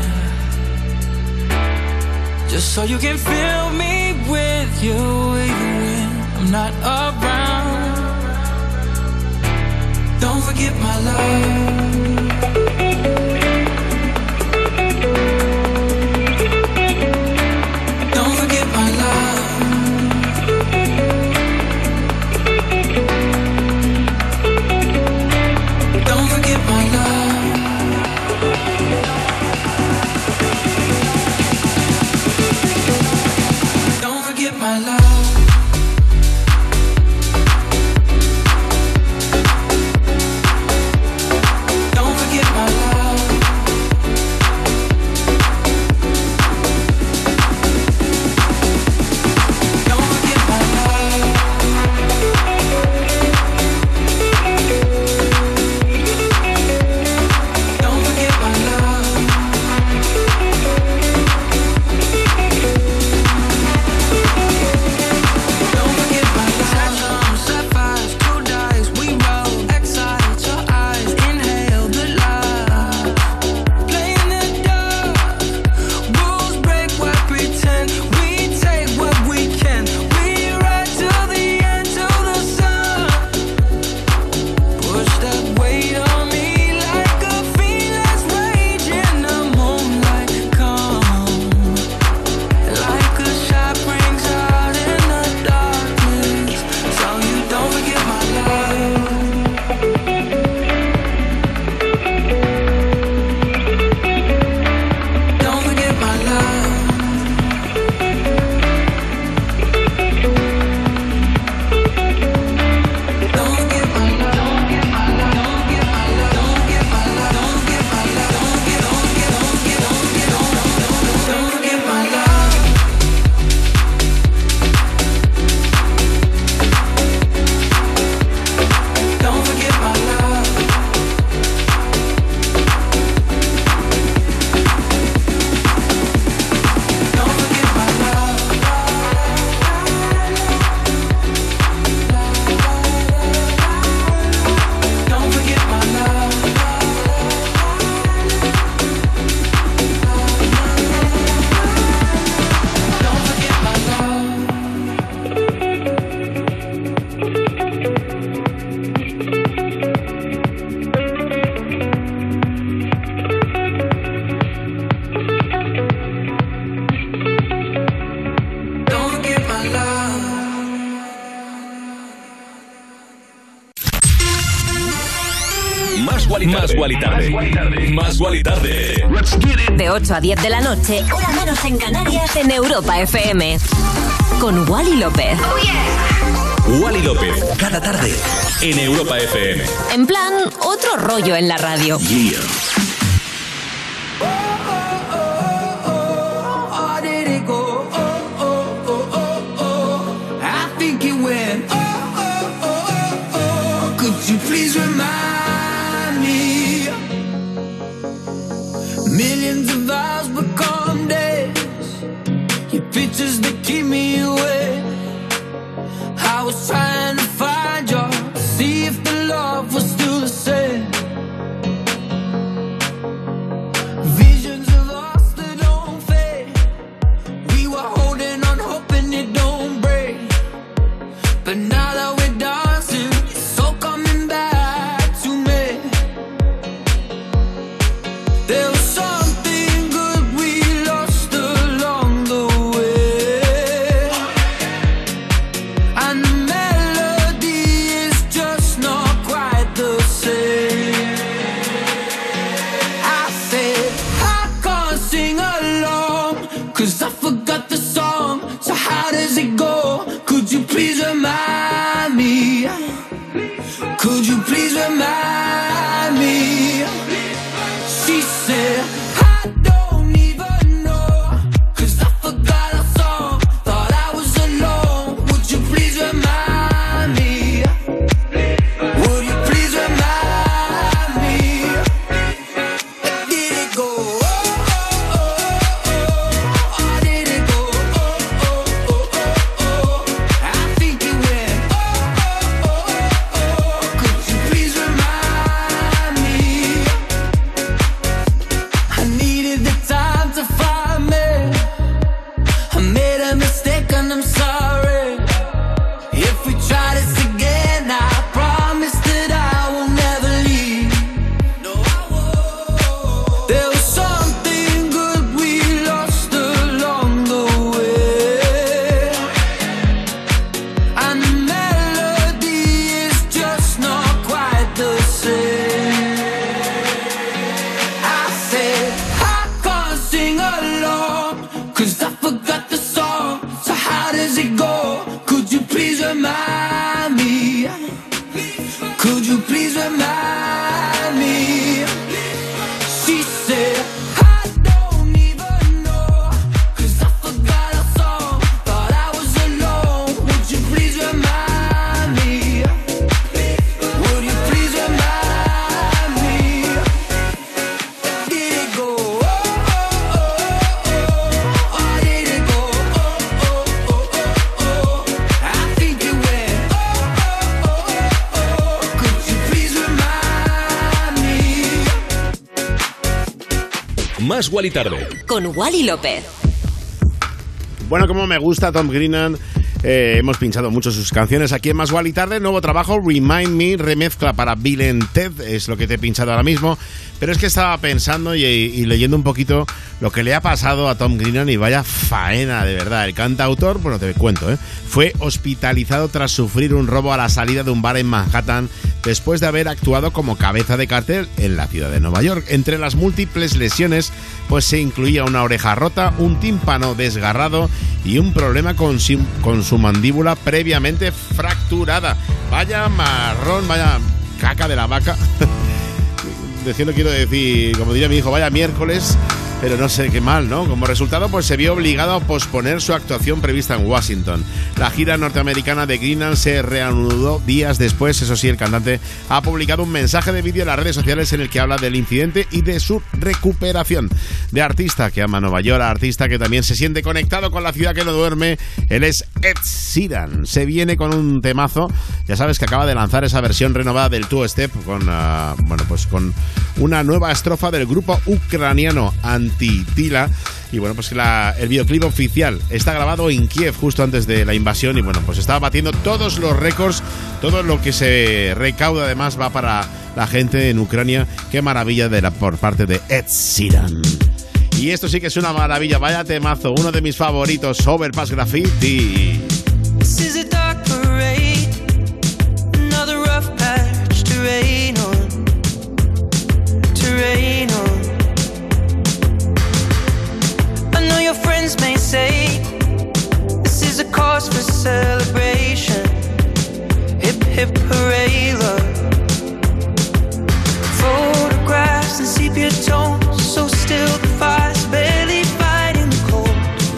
just so you can fill me with you even when I'm not around. Don't forget my love. Don't forget my love. Don't forget my love. Don't forget my love. Más Guali Tarde. Más Guali Tarde. De 8 a 10 de la noche, hora menos en Canarias, en Europa FM. Con Wally López. Oh, yeah. Wally López, cada tarde, en Europa FM. En plan, otro rollo en la radio. Yeah. Please remind me. Millions of hours become days. Your pictures that keep me awake. I was trying to find you, see if the love was still the same. Visions of us that don't fade. We were holding on, hoping it don't break. But now that we're dancing, it's all coming back to me. There was something good we lost along the way, and the melody is just not quite the same. I said I can't sing along, 'cause I forgot the song. So how does it go? Could you please remind me? Más Wally Tarde. Con Wally López. Bueno, como me gusta Tom Grennan. Hemos pinchado mucho sus canciones aquí en Más Wally Tarde. Nuevo trabajo, Remind Me, remezcla para Bill and Ted, es lo que te he pinchado ahora mismo. Pero es que estaba pensando y leyendo un poquito lo que le ha pasado a Tom Grennan y vaya faena, de verdad. El cantautor, bueno, te cuento, fue hospitalizado tras sufrir un robo a la salida de un bar en Manhattan después de haber actuado como cabeza de cartel en la ciudad de Nueva York. Entre las múltiples lesiones, pues se incluía una oreja rota, un tímpano desgarrado y un problema con su mandíbula previamente fracturada. Vaya marrón, vaya caca de la vaca. Diciendo, quiero decir, como diría mi hijo, vaya miércoles, pero no sé qué mal, ¿no? Como resultado, pues se vio obligado a posponer su actuación prevista en Washington. La gira norteamericana de Grennan se reanudó días después. Eso sí, el cantante ha publicado un mensaje de vídeo en las redes sociales en el que habla del incidente y de su recuperación. De artista que ama Nueva York, artista que también se siente conectado con la ciudad que no duerme, él es Ed Sheeran. Se viene con un temazo, ya sabes que acaba de lanzar esa versión renovada del Two Step con una nueva estrofa del grupo ucraniano Antitila. Y bueno, pues el videoclip oficial está grabado en Kiev justo antes de la invasión y bueno, pues está batiendo todos los récords. Todo lo que se recauda además va para la gente en Ucrania. Qué maravilla por parte de Ed Sheeran. Y esto sí que es una maravilla, vaya temazo, uno de mis favoritos, Overpass Graffiti. This is a dark parade, another rough patch to rain on, to rain on. I know your friends may say this is a cause for celebration. Hip hip hooray, love. Photographs and sepia tones, so still the fire's barely fighting the cold.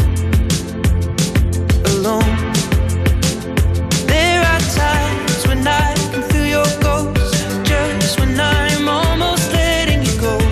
Alone. There are times when I can feel your ghost, just when I'm almost letting you go.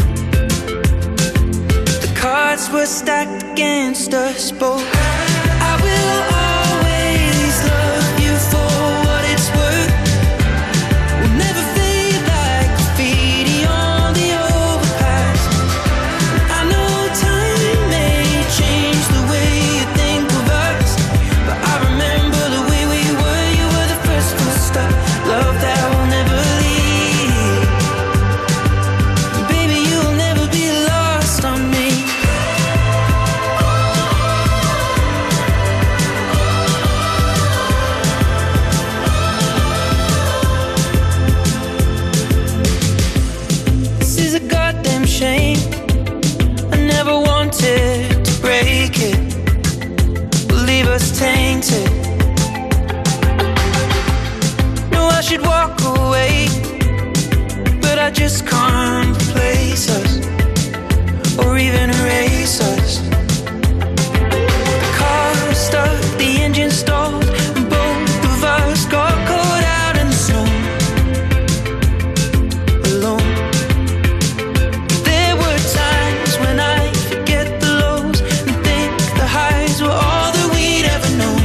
The cards were stacked against us both. I will always love you for what it's worth. We'll never fade like graffiti on the overpass. I know time may change the way you think of us, but I remember the way we were. You were the first full stop, love that will never leave. Baby, you'll never be lost on me. This is a goddamn shame. I never wanted to break it, leave us tainted. No, I should walk away, but I just can't replace us or even erase us. The car stuck, the engine stalled, and both of us got caught out in the snow. Alone. There were times when I forget the lows and think the highs were all that we'd ever known.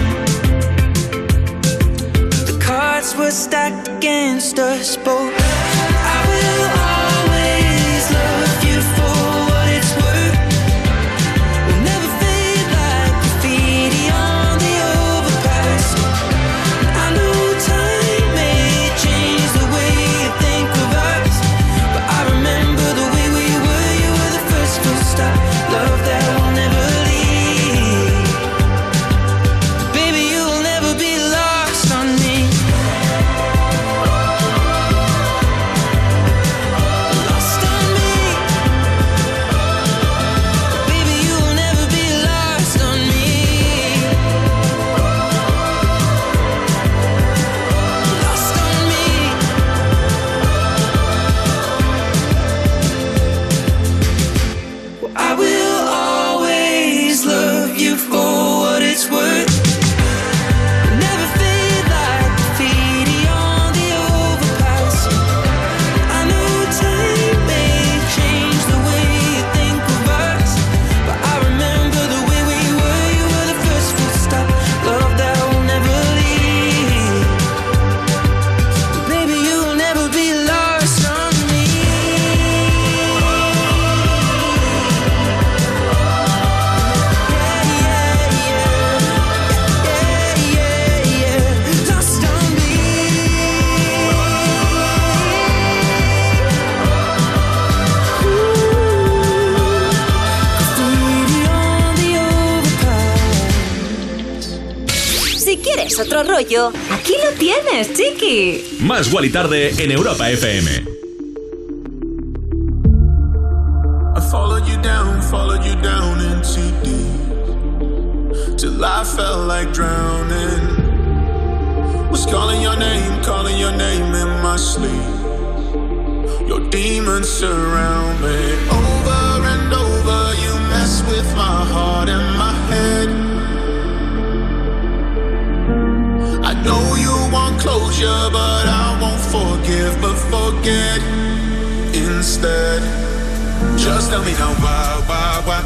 The cards were stacked against us both. I will always love you for what it's worth. We'll never fade like graffiti on the overpass. I know time may change the way you think of us, but I remember the way we were. You were the first full stop, love that will never leave. Baby, you will never be lost on me. es otro rollo, aquí lo tienes, chiqui. Más Wally Tarde en Europa FM. I followed you down into deep, till I felt like drowning. Was calling your name in my sleep. Your demons surround me. Over and over, you mess with my heart and my head. I know you want closure, but I won't forgive, but forget instead. Just tell me now why?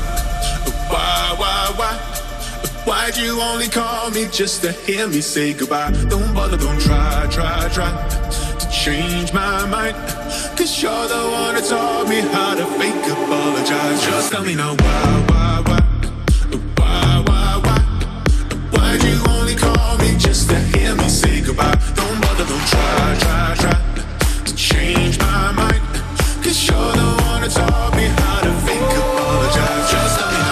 Why'd you only call me just to hear me say goodbye? Don't bother, don't try to change my mind. Cause you're the one that taught me how to fake apologize. Just tell me now why? Why'd you only call me just to hear me say goodbye? Don't bother, don't try to change my mind. Cause you're the one that taught me how to fake apologize. Just tell me now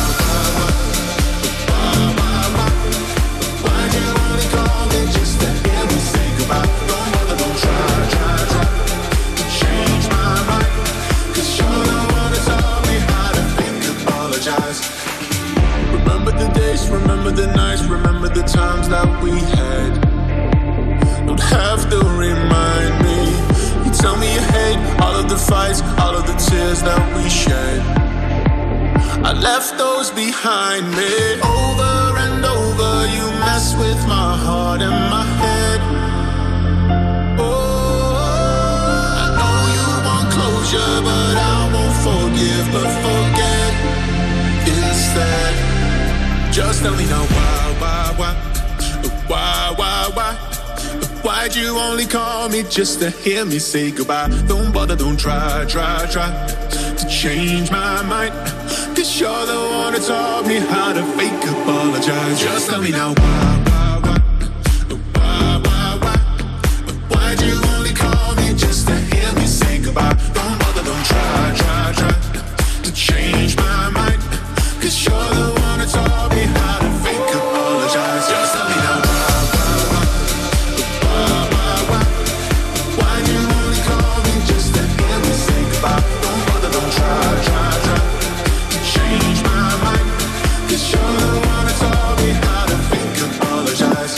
why'd you only call me just to hear me say goodbye? Don't bother, don't try to change my mind. Cause you're the one that taught me how to fake apologize. Remember the days, remember the nights, remember the times that we had. Don't have to remind me. You tell me you hate all of the fights, all of the tears that we shed. I left those behind me. Over and over, you mess with my heart and my head. Oh, I know you want closure, but I won't forgive, but forget instead. Just tell me now why? Why'd you only call me just to hear me say goodbye? Don't bother, don't try to change my mind. Cause you're the one that taught me how to fake apologize. Just tell me now why? Why'd you only call me just to hear me say goodbye? Don't bother, don't try to change my mind. Cause you're the one that taught me how to fake apologize. Just tell me now why'd you only call me just to hear me say goodbye? Don't bother, don't try to change my mind. Cause you're the one that taught me how to fake apologize.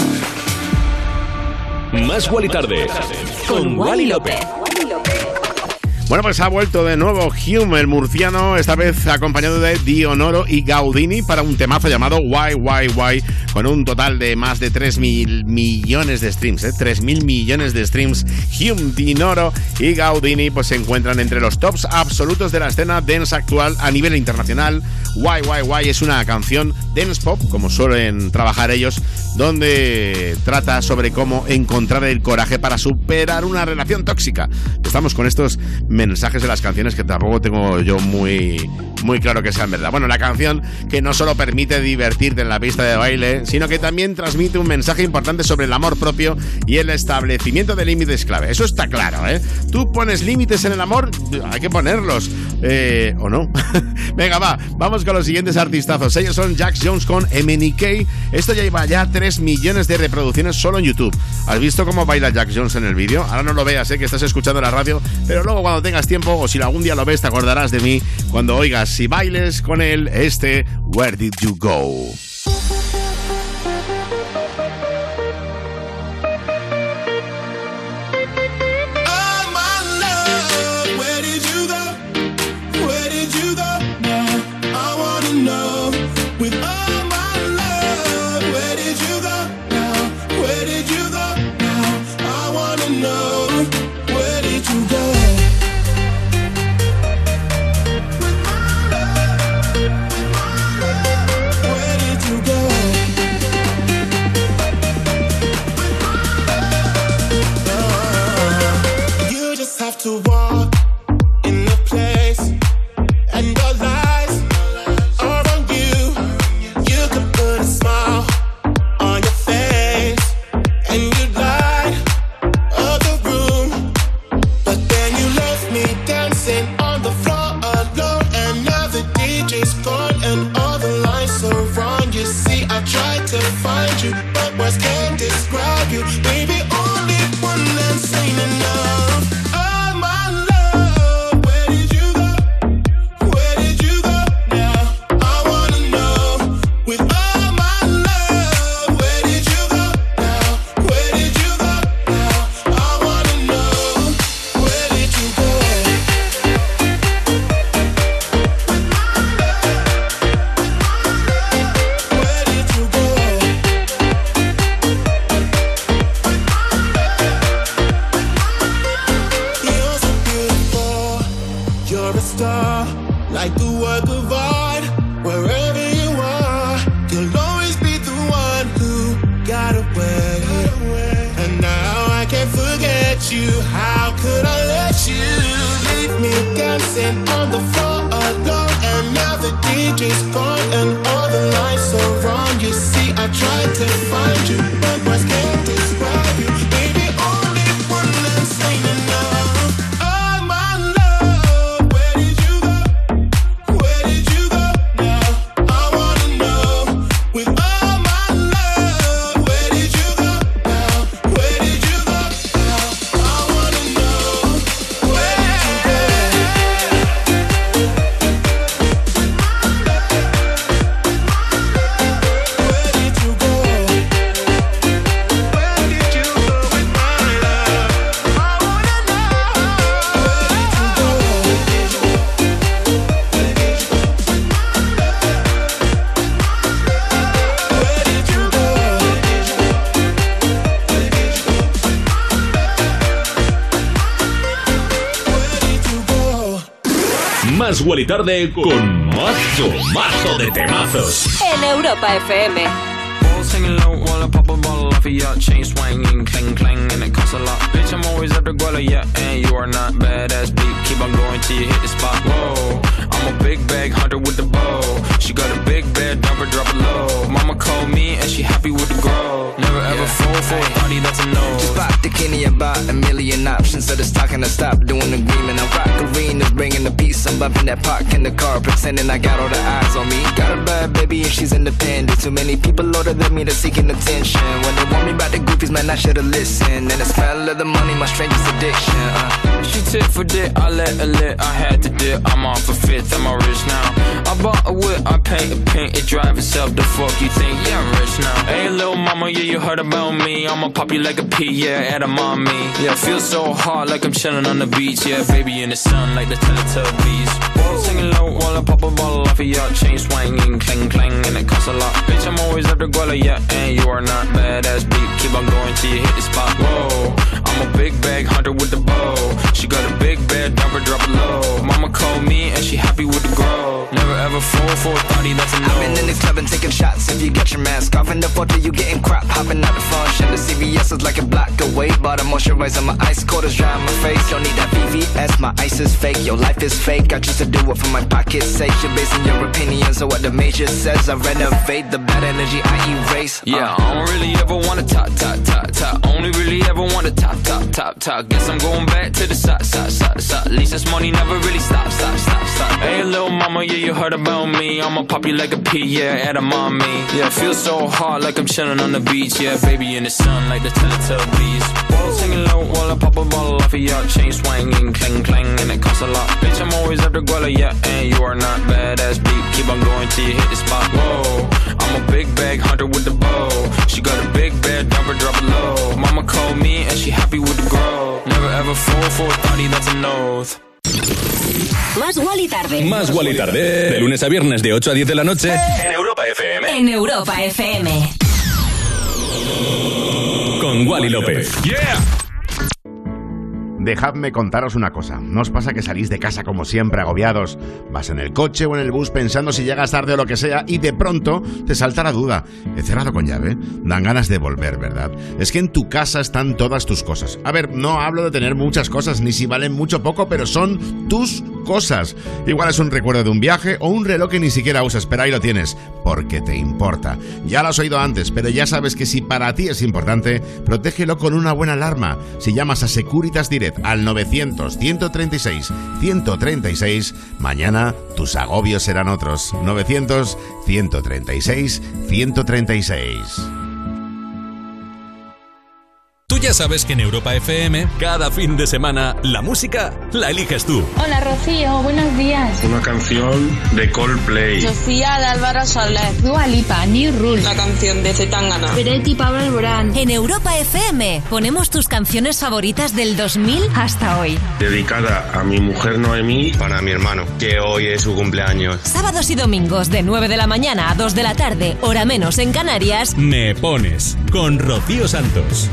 Más Wally Tarde con Wally López. Bueno, pues ha vuelto de nuevo Hume, el murciano, esta vez acompañado de Dionoro y Gaudini para un temazo llamado Why, con un total de más de 3.000 millones de streams, 3.000 millones de streams. Hume, Dionoro y Gaudini pues se encuentran entre los tops absolutos de la escena dance actual a nivel internacional. Why es una canción dance pop, como suelen trabajar ellos, donde trata sobre cómo encontrar el coraje para superar una relación tóxica. Estamos con estos mensajes de las canciones que tampoco tengo yo muy claro que sean verdad. Bueno, la canción que no solo permite divertirte en la pista de baile, sino que también transmite un mensaje importante sobre el amor propio y el establecimiento de límites clave. Eso está claro, ¿eh? Tú pones límites en el amor, hay que ponerlos. ¿O no? Venga, vamos con los siguientes artistazos. Ellos son Jax Jones con MNK. Esto ya lleva 3 millones de reproducciones solo en YouTube. ¿Has visto cómo baila Jax Jones en el vídeo? Ahora no lo veas, que estás escuchando la radio, pero luego cuando tengas tiempo, o si algún día lo ves, te acordarás de mí cuando oigas y bailes con él Where Did You Go? Where did like a work of art. Wherever you are, you'll always be the one who got away. And now I can't forget you. How could I let you leave me dancing on the floor alone? And now the DJ's gone and all the lights are wrong. You see, I tried to find you, but words can't describe you. Baby, only one last thing to know. Oh my love, where did you go? Where did you go now? I wanna know. With all my love, where did you go now? Where did you go now? I wanna know. Where did you go? Where did you go? Where did you go with my love? I wanna know. Where did you go? Where did you go? Más Wally Tarde con mazo de temazos. En Europa FM. Balls hanging low while I pop a bottle off of your chain swinging, clang clang, and it costs a lot. Bitch, I'm always after Guala, yeah, and you are not badass beat. Keep on going till you hit the spot. Whoa, I'm a big bag hunter with the bow. She got a big bed, drop it low. Mama called me and she happy with the grow. Never ever fall for a thotty, that's a no. Just bought the Kenny about a million options. So the stock and I stop doing the agreement. I rock arenas, bringing the peace. I'm bumping that park in the car, pretending I got all the eyes on me. Got a bad baby and she's independent. Too many people older than me that's seeking attention. When they want me about the goofies, man, I should've listened. And the smell of the money, my strangest addiction. She tit for dick, I let her lit, I had to dip. I'm off a fifth, I'm all rich now. I bought a whip, I paint a pink, it drive itself. The fuck you think? Yeah, I'm rich now. Hey, little mama, yeah, you heard about me. I'ma pop you like a pea, yeah, at a mommy. Yeah, feel so hot like I'm chilling on the beach. Yeah, baby in the sun like the Teletubbies. Balls singing low while I pop a bottle off of your chain swinging, clang clang, and it costs a lot. Bitch, I'm always after Guala, yeah, and you are not badass beat. Keep on going till you hit the spot. Whoa, I'm a big bag hunter with the bow. She got a big bed, drop it low. Mama called me and she happy with the grow. Never ever fall for a thotty, that's a no. I've been in the club and taking shots. If you get your mask off in the photo, you getting crap. Hopping out the function. The CVS is like a block away. Bought a moisturizer, my ice cold is dry on my face. Don't need that VVS, my ice is fake. Your life is fake. I choose to do it for my pocket's sake. You're basing your opinions on what the major says. I renovate the bad energy I erase. Yeah, I don't really ever wanna top. Only really ever wanna top. Guess I'm going back to the side. At least this money never really stop. Hey, little mama, yeah, you heard about me. I'ma pop you like a pea, yeah, at a mommy. Yeah, feel so hot like I'm chilling on the beach. Yeah, baby in the sun like the Teletubbies. Balls hanging low while I pop a bottle off of your chain swinging, clang clang, and it costs a lot. Bitch, I'm always after Guala, yeah, and you are not badass beat. Keep on going till you hit the spot. Whoa, I'm a big bag hunter with the bow. She got a big bed, drop it low. Mama called me and she happy with the grow. Never ever fall for a thotty, that's a no. Más Wally Tarde. Más Wally Tarde. De lunes a viernes de 8 a 10 de la noche. En Europa FM. En Europa FM. Con Wally López. ¡Yeah! Dejadme contaros una cosa. ¿No os pasa que salís de casa como siempre agobiados? Vas en el coche o en el bus pensando si llegas tarde o lo que sea y de pronto te salta la duda. ¿He cerrado con llave? Dan ganas de volver, ¿verdad? Es que en tu casa están todas tus cosas. A ver, no hablo de tener muchas cosas, ni si valen mucho o poco, pero son tus cosas. Igual es un recuerdo de un viaje o un reloj que ni siquiera usas, pero ahí lo tienes, porque te importa. Ya lo has oído antes, pero ya sabes que si para ti es importante, protégelo con una buena alarma. Si llamas a Securitas Direct al 900-136-136, mañana tus agobios serán otros. 900-136-136. Tú ya sabes que en Europa FM, cada fin de semana, la música la eliges tú. Hola Rocío, buenos días. Una canción de Coldplay. Sofía de Álvaro Soler. Dua Lipa, New Rule. La canción de Zetangana. Peretti, Pablo Alborán. En Europa FM ponemos tus canciones favoritas del 2000 hasta hoy. Dedicada a mi mujer Noemí. Para mi hermano, que hoy es su cumpleaños. Sábados y domingos de 9 de la mañana a 2 de la tarde, hora menos en Canarias. Me pones con Rocío Santos.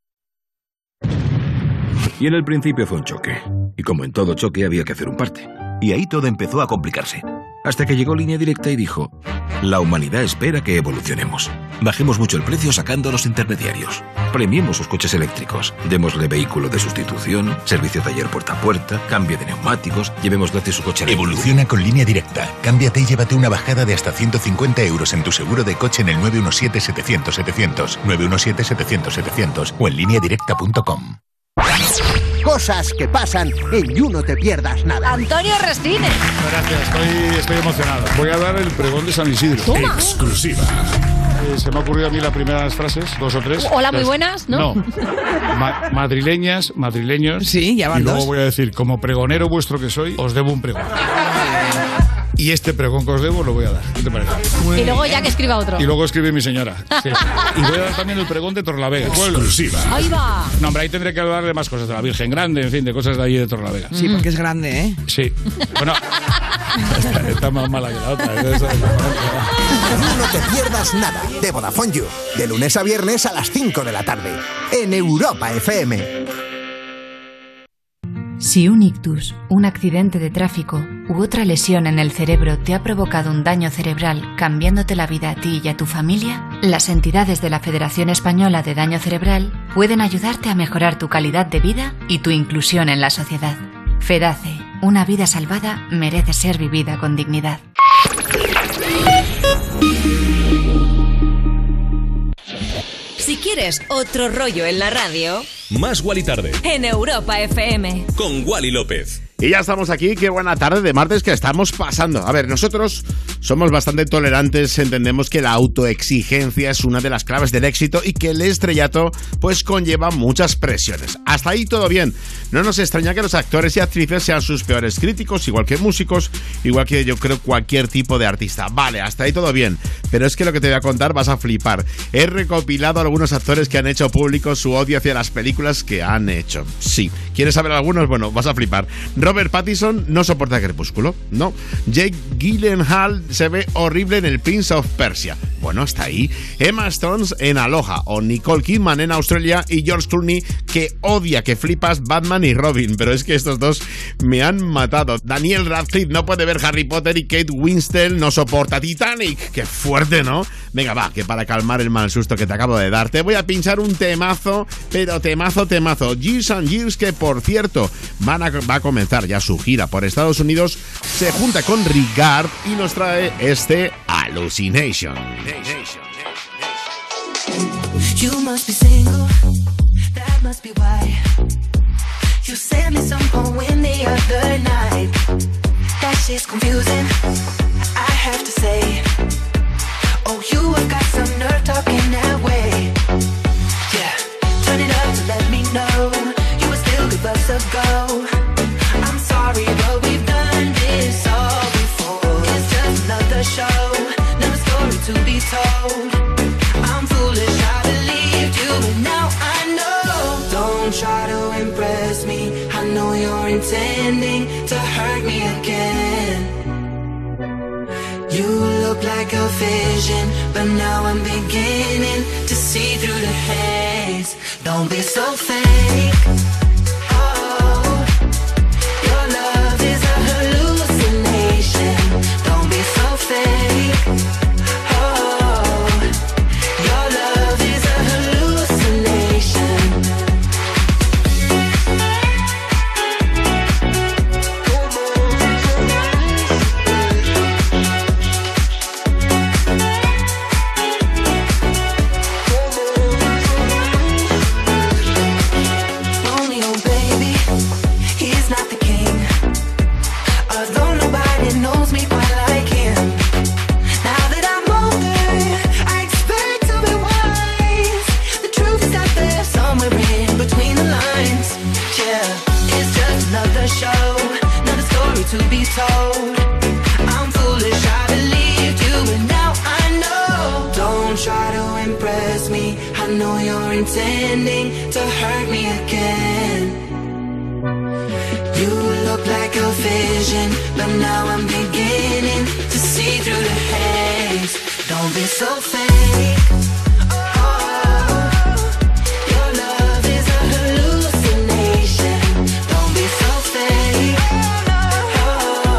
Y en el principio fue un choque. Y como en todo choque había que hacer un parte. Y ahí todo empezó a complicarse. Hasta que llegó Línea Directa y dijo: la humanidad espera que evolucionemos. Bajemos mucho el precio sacando a los intermediarios. Premiemos sus coches eléctricos. Démosle vehículo de sustitución, servicio taller puerta a puerta, cambio de neumáticos, llevemos gratis su coche eléctrico. Evoluciona con Línea Directa. Cámbiate y llévate una bajada de hasta 150 euros en tu seguro de coche en el 917-700-700, 917-700-700 o en lineadirecta.com. Cosas que pasan en You No Te Pierdas Nada. Antonio Resines. Gracias, estoy emocionado. Voy a dar el pregón de San Isidro. Toma. Exclusiva. Se me ha ocurrido a mí las primeras frases, 2 o 3. Hola, muy buenas, ¿no? No. Madrileñas, madrileños. Sí, ya van Y luego dos. voy a decir, como pregonero vuestro que soy, os debo un pregón. Y este pregón que os debo lo voy a dar. ¿Qué te parece? Y luego ya que escriba otro. Y luego escribe mi señora. Sí. Y voy a dar también el pregón de Torrelavega. Exclusiva. Ahí va. No, hombre, ahí tendré que hablar de más cosas, de la Virgen Grande, en fin, de cosas de allí de Torrelavega. Sí, porque es grande, ¿eh? Sí. Bueno, está más mala que la otra. You No Te Pierdas Nada, de Vodafone You. De lunes a viernes a las 5 de la tarde. En Europa FM. Si un ictus, un accidente de tráfico u otra lesión en el cerebro te ha provocado un daño cerebral cambiándote la vida a ti y a tu familia, las entidades de la Federación Española de Daño Cerebral pueden ayudarte a mejorar tu calidad de vida y tu inclusión en la sociedad. FEDACE, una vida salvada merece ser vivida con dignidad. Si quieres otro rollo en la radio, Más Wally Tarde. en Europa FM. Con Wally López. Y ya estamos aquí, qué buena tarde de martes que estamos pasando. A ver, nosotros somos bastante tolerantes, entendemos que la autoexigencia es una de las claves del éxito y que el estrellato pues conlleva muchas presiones. Hasta ahí todo bien. No nos extraña que los actores y actrices sean sus peores críticos, igual que músicos, igual que yo creo cualquier tipo de artista. Vale, hasta ahí todo bien. Pero es que lo que te voy a contar vas a flipar. He recopilado algunos actores que han hecho público su odio hacia las películas que han hecho. Sí. ¿Quieres saber algunos? Bueno, vas a flipar. Robert Pattinson no soporta Crepúsculo, no. Jake Gyllenhaal se ve horrible en el Prince of Persia. Bueno, hasta ahí. Emma Stone en Aloha, o Nicole Kidman en Australia, y George Clooney, que odia que flipas Batman y Robin, pero es que estos dos me han matado. Daniel Radcliffe no puede ver Harry Potter y Kate Winslet no soporta Titanic. Qué fuerte, ¿no? Venga, va, que para calmar el mal susto que te acabo de dar, te voy a pinchar un temazo, pero temazo. Years and Years, que por cierto va a comenzar ya su gira por Estados Unidos, se junta con Regard y nos trae este Hallucination. You must be single, that must be why you sent me some poem the other night. That shit's confusing, I have to say. Oh, you have got some nerve talking that way. Yeah, turn it up to let me know you would still give us a go. I'm sorry, but we've done this all before. It's just another show, another story to be told. I'm foolish, I believed you, but now I know. Don't try to impress me, I know you're intending to hurt me again. You look like a vision, but now I'm beginning to see through the haze. Don't be so fake. Oh, your love is a hallucination. Don't be so fake. Oh, your love is a hallucination. Romeo, baby, he's not the king. Although nobody knows me quite like him. Now that I'm older, I expect to be wise. The truth is out there somewhere in between the lines. Yeah, it's just another show, another story to be told. I'm foolish, I believed you, but now I know. Don't try to impress me, I know you're intending to hurt me again. You look like a vision, but now I'm beginning to see through the haze. Don't be so fake. Oh, your love is a hallucination. Don't be so fake. Oh,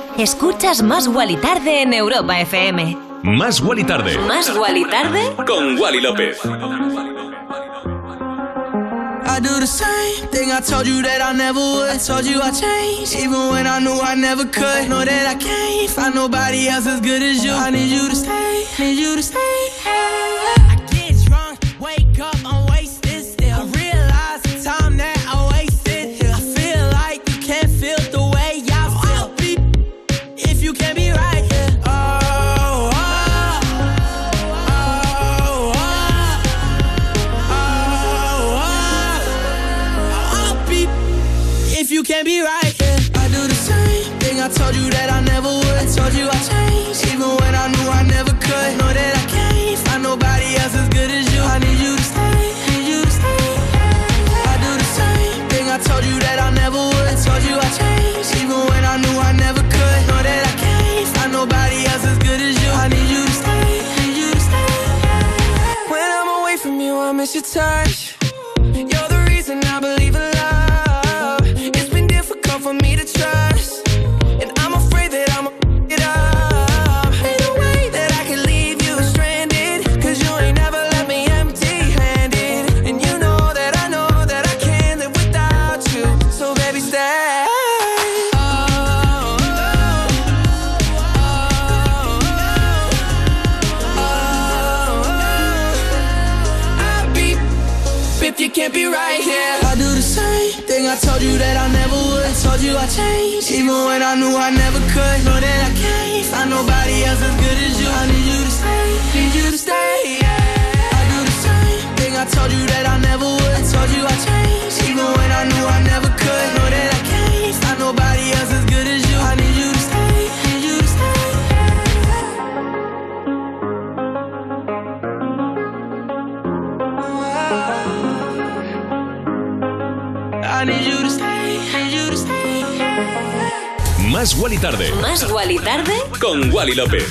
Escuchas Más Wally Tarde en Europa FM. Más Wally Tarde. Más Wally Tarde con Wally López. I do the same thing I told you that I never would. I told you I changed, even when I knew I never could. Know that I can't find nobody else as good as you. I need you to stay, need you to stay. I get drunk, wake up, I'm wasted still. I realize the time that I wasted here. I feel like you can't feel the way I feel. I'll be if you can't be right here. If you can't be right, yeah. I do the same thing I told you that I never would. I told you I changed, even when I knew I never could. Know that I can't find nobody else as good as you. I need you to stay, need you to stay. I do the same thing I told you that I never would. I told you I changed, even when I knew I never could. Know that I can't find nobody else as good as you. I need you to stay, need you to stay. When I'm away from you, I miss your touch. You're the reason I believe in love. For me to trust, and I'm afraid that I'ma it up. Ain't no way that I can leave you stranded, cause you ain't never left me empty-handed. And you know that I can't live without you. So baby, stay. I'll be if you can't be right here. I do the same thing I told you that I never would. I told you I changed, even when I knew I never could. Know that I can't find nobody else as good as you. I need you to stay, need you to stay, yeah. I do the same thing I told you that I never would. I told you I changed, even when I knew I never could. Know that I can't find nobody else as good as you. I need you to stay, need you to stay, I need you to stay, need you to stay. Más Wally Tarde. Más Wally Tarde con Wally López.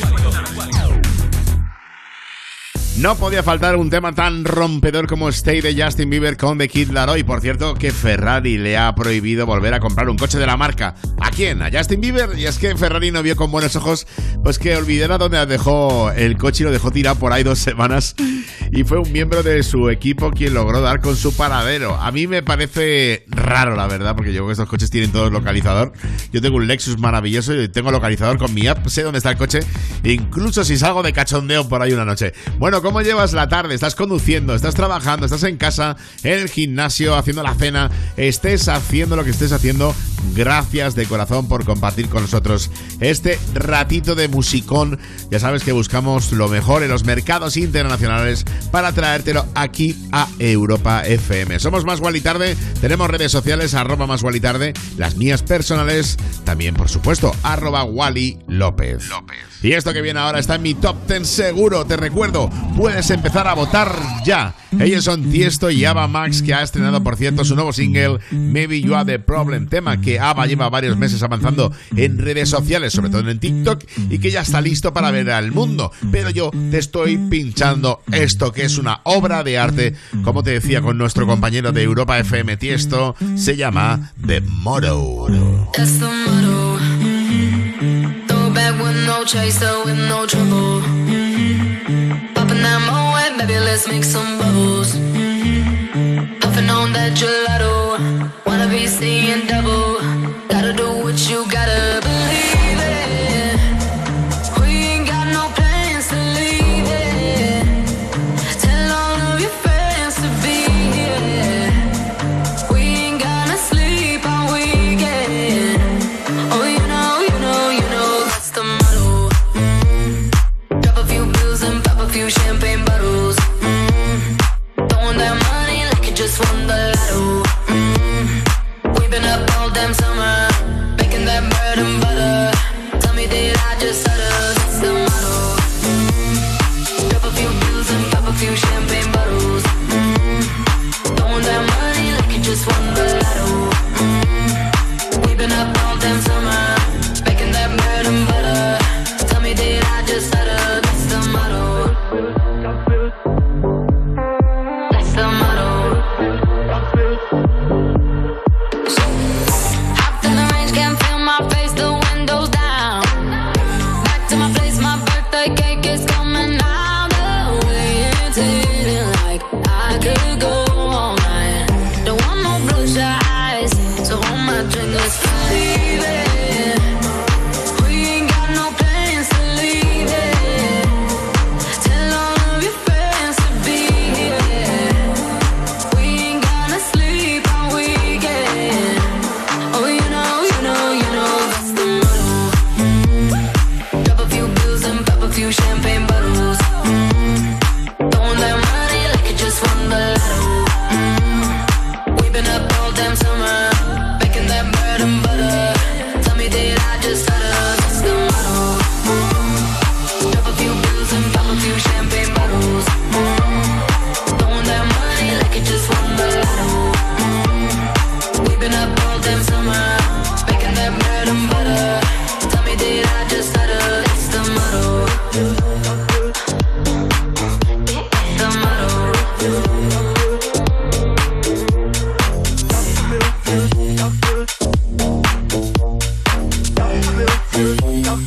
No podía faltar un tema tan rompedor como Stay de Justin Bieber con The Kid Laroi. Por cierto, que Ferrari le ha prohibido volver a comprar un coche de la marca. ¿A quién? ¿A Justin Bieber? Y es que Ferrari no vio con buenos ojos pues que olvidara dónde dejó el coche y lo dejó tirado por ahí 2 semanas. Y fue un miembro de su equipo quien logró dar con su paradero. A mí me parece raro, la verdad, porque yo creo que estos coches tienen todos localizador. Yo tengo un Lexus maravilloso y tengo localizador con mi app. Sé dónde está el coche, incluso si salgo de cachondeo por ahí una noche. Bueno, ¿cómo llevas la tarde? ¿Estás conduciendo? ¿Estás trabajando? ¿Estás en casa? ¿En el gimnasio? ¿Haciendo la cena? Estés haciendo lo que estés haciendo. Gracias de corazón por compartir con nosotros este ratito de musicón. Ya sabes que buscamos lo mejor en los mercados internacionales para traértelo aquí a Europa FM. Somos Más Wally Tarde. Tenemos redes sociales, @MásWallyTarde. Las mías personales también, por supuesto, @Wally López. Y esto que viene ahora está en mi top 10 seguro. Te recuerdo, puedes empezar a votar ya. Ellos son Tiesto y Ava Max, que ha estrenado, por cierto, su nuevo single Maybe You Are The Problem, tema que Ava lleva varios meses avanzando en redes sociales, sobre todo en TikTok, y que ya está listo para ver al mundo. Pero yo te estoy pinchando esto, que es una obra de arte, como te decía con nuestro compañero de Europa FM, Tiesto. Se llama The Motto. That's the motto. Throw back with no chaser, with no trouble. Popping that Moet, baby, let's make some bubbles. Puffing on that gelato. Wanna be seeing double. Gotta do what you gotta believe it. We ain't got no plans to leave it. Tell all of your friends to be here. We ain't gonna sleep all weekend. Oh, you know, you know, you know that's the motto. Drop a few bills and pop a few champagne bottles. Throwing that money like you just won the lotto. We've been up all damn summer, making that bread and butter. Tell me did I just stutter? That's the motto. Drop a few bills and pop a few champagne bottles. Throwing that money like you just won the lotto. We've been up all damn summer, making that bread and butter. Tell me did I just stutter? That's the motto. That's the motto. Hopped in the range, can't feel my face, the windows down.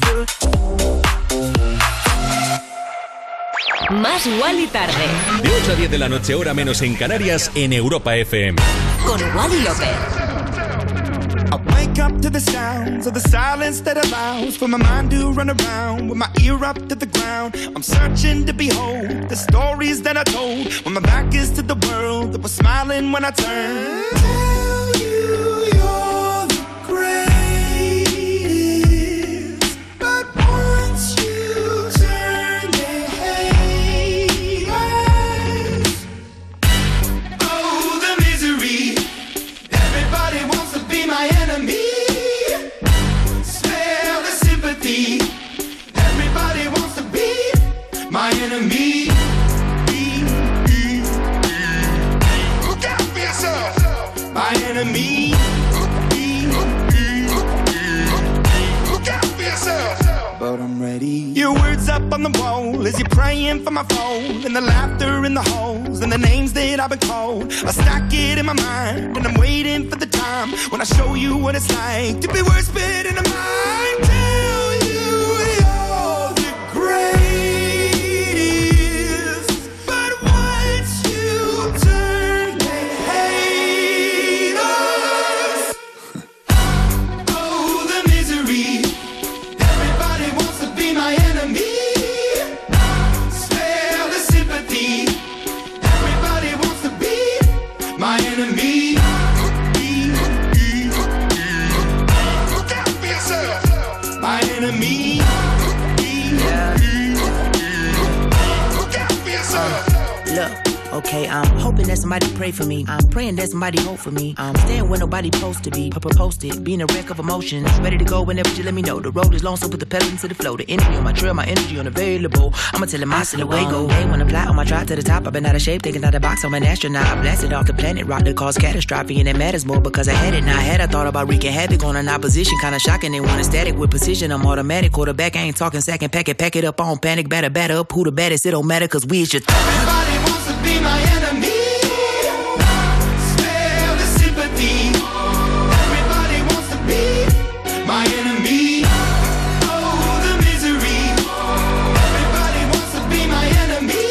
Más Wally tarde. De 8 a 10 de la noche, hora menos en Canarias, en Europa FM. Con Wally López. I wake up to the sounds of the silence that allows for my mind to run around with my ear up to the ground. I'm searching to behold the stories that I told when my back is to the world that was smiling when I turned. Tell you you're the greatest, but once you turn they hate us. Oh, the misery. Everybody wants to be my enemy. Smell the sympathy. Everybody wants to be my enemy. Look out for yourself. My enemy. Look out for yourself. But I'm ready. Your words up on the wall as you're praying for my phone, and the laughter in the halls and the names that I've been called. I stack it in my mind and I'm waiting for the time when I show you what it's like to be worse fit in a mind. Tell you you're the greatest, but once you turn they hate us. Oh, the misery. Everybody wants to be my enemy. Spare the sympathy. Everybody wants to be my enemy. Look out for yourself. My enemy. Look out for yourself. Look, okay, I'm hoping that somebody pray for me. I'm praying that somebody hope for me. I'm staying where nobody supposed to be. Posted, being a wreck of emotions. Ready to go whenever you let me know. The road is long, so put the pedal into the flow. The energy on my trail, my energy unavailable. I'ma tell him I still away go. Hey, when I fly on my drive to the top, I've been out of shape, taking out the box. I'm an astronaut. I blasted off the planet, rock that caused catastrophe, and it matters more because I had it. Now I had I thought about wreaking havoc on an opposition, kinda shocking. They want a static with precision. I'm automatic, quarterback. I ain't talking second, pack it up on panic, batter up. Who the baddest? It don't matter, cause we is just. Everybody wants to be my enemy. Spare the sympathy. Everybody wants to be my enemy. Oh, the misery. Everybody wants to be my enemy.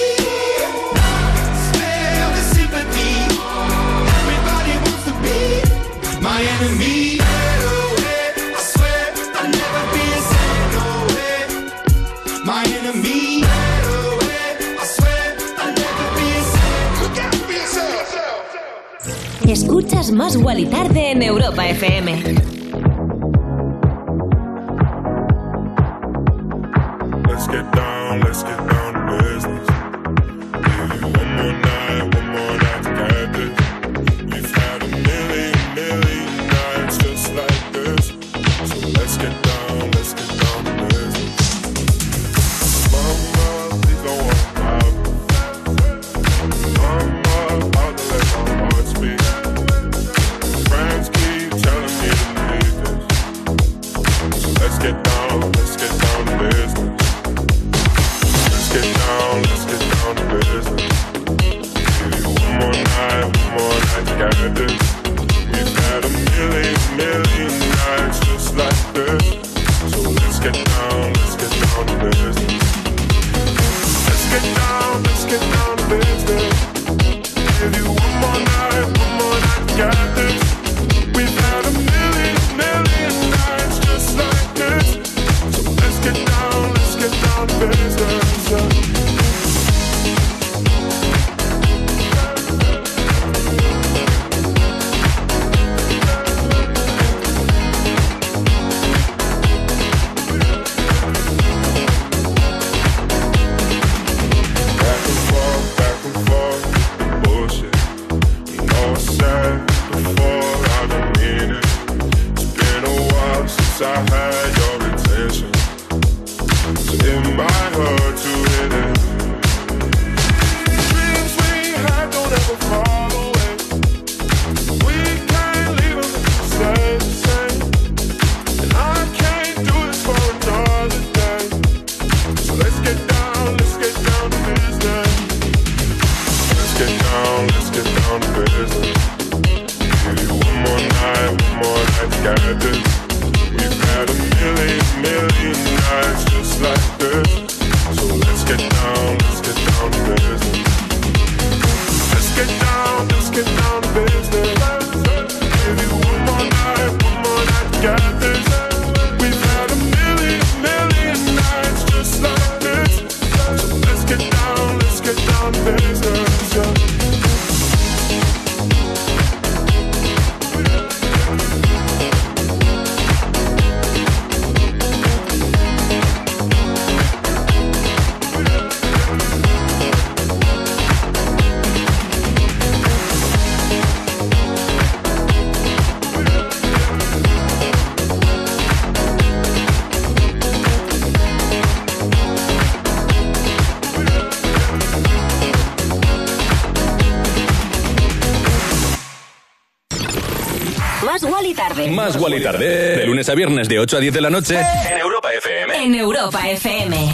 Spare the sympathy. Everybody wants to be my enemy. I swear I'll never be the same. No way. My enemy. I swear I'll never be the same. Look out for yourself. Escuchas Más Wally tarde en Europa FM. Let's get down to business. One more night to get this. We've had a million nights just like this. So let's get down to business. Mama, please don't walk out. Mama, I'll let my heart speak. Friends keep telling me to leave this. So let's get down to business. Let's get Más Wally Tarde. Más Wally Tarde. De lunes a viernes de 8 a 10 de la noche en Europa FM. En Europa FM.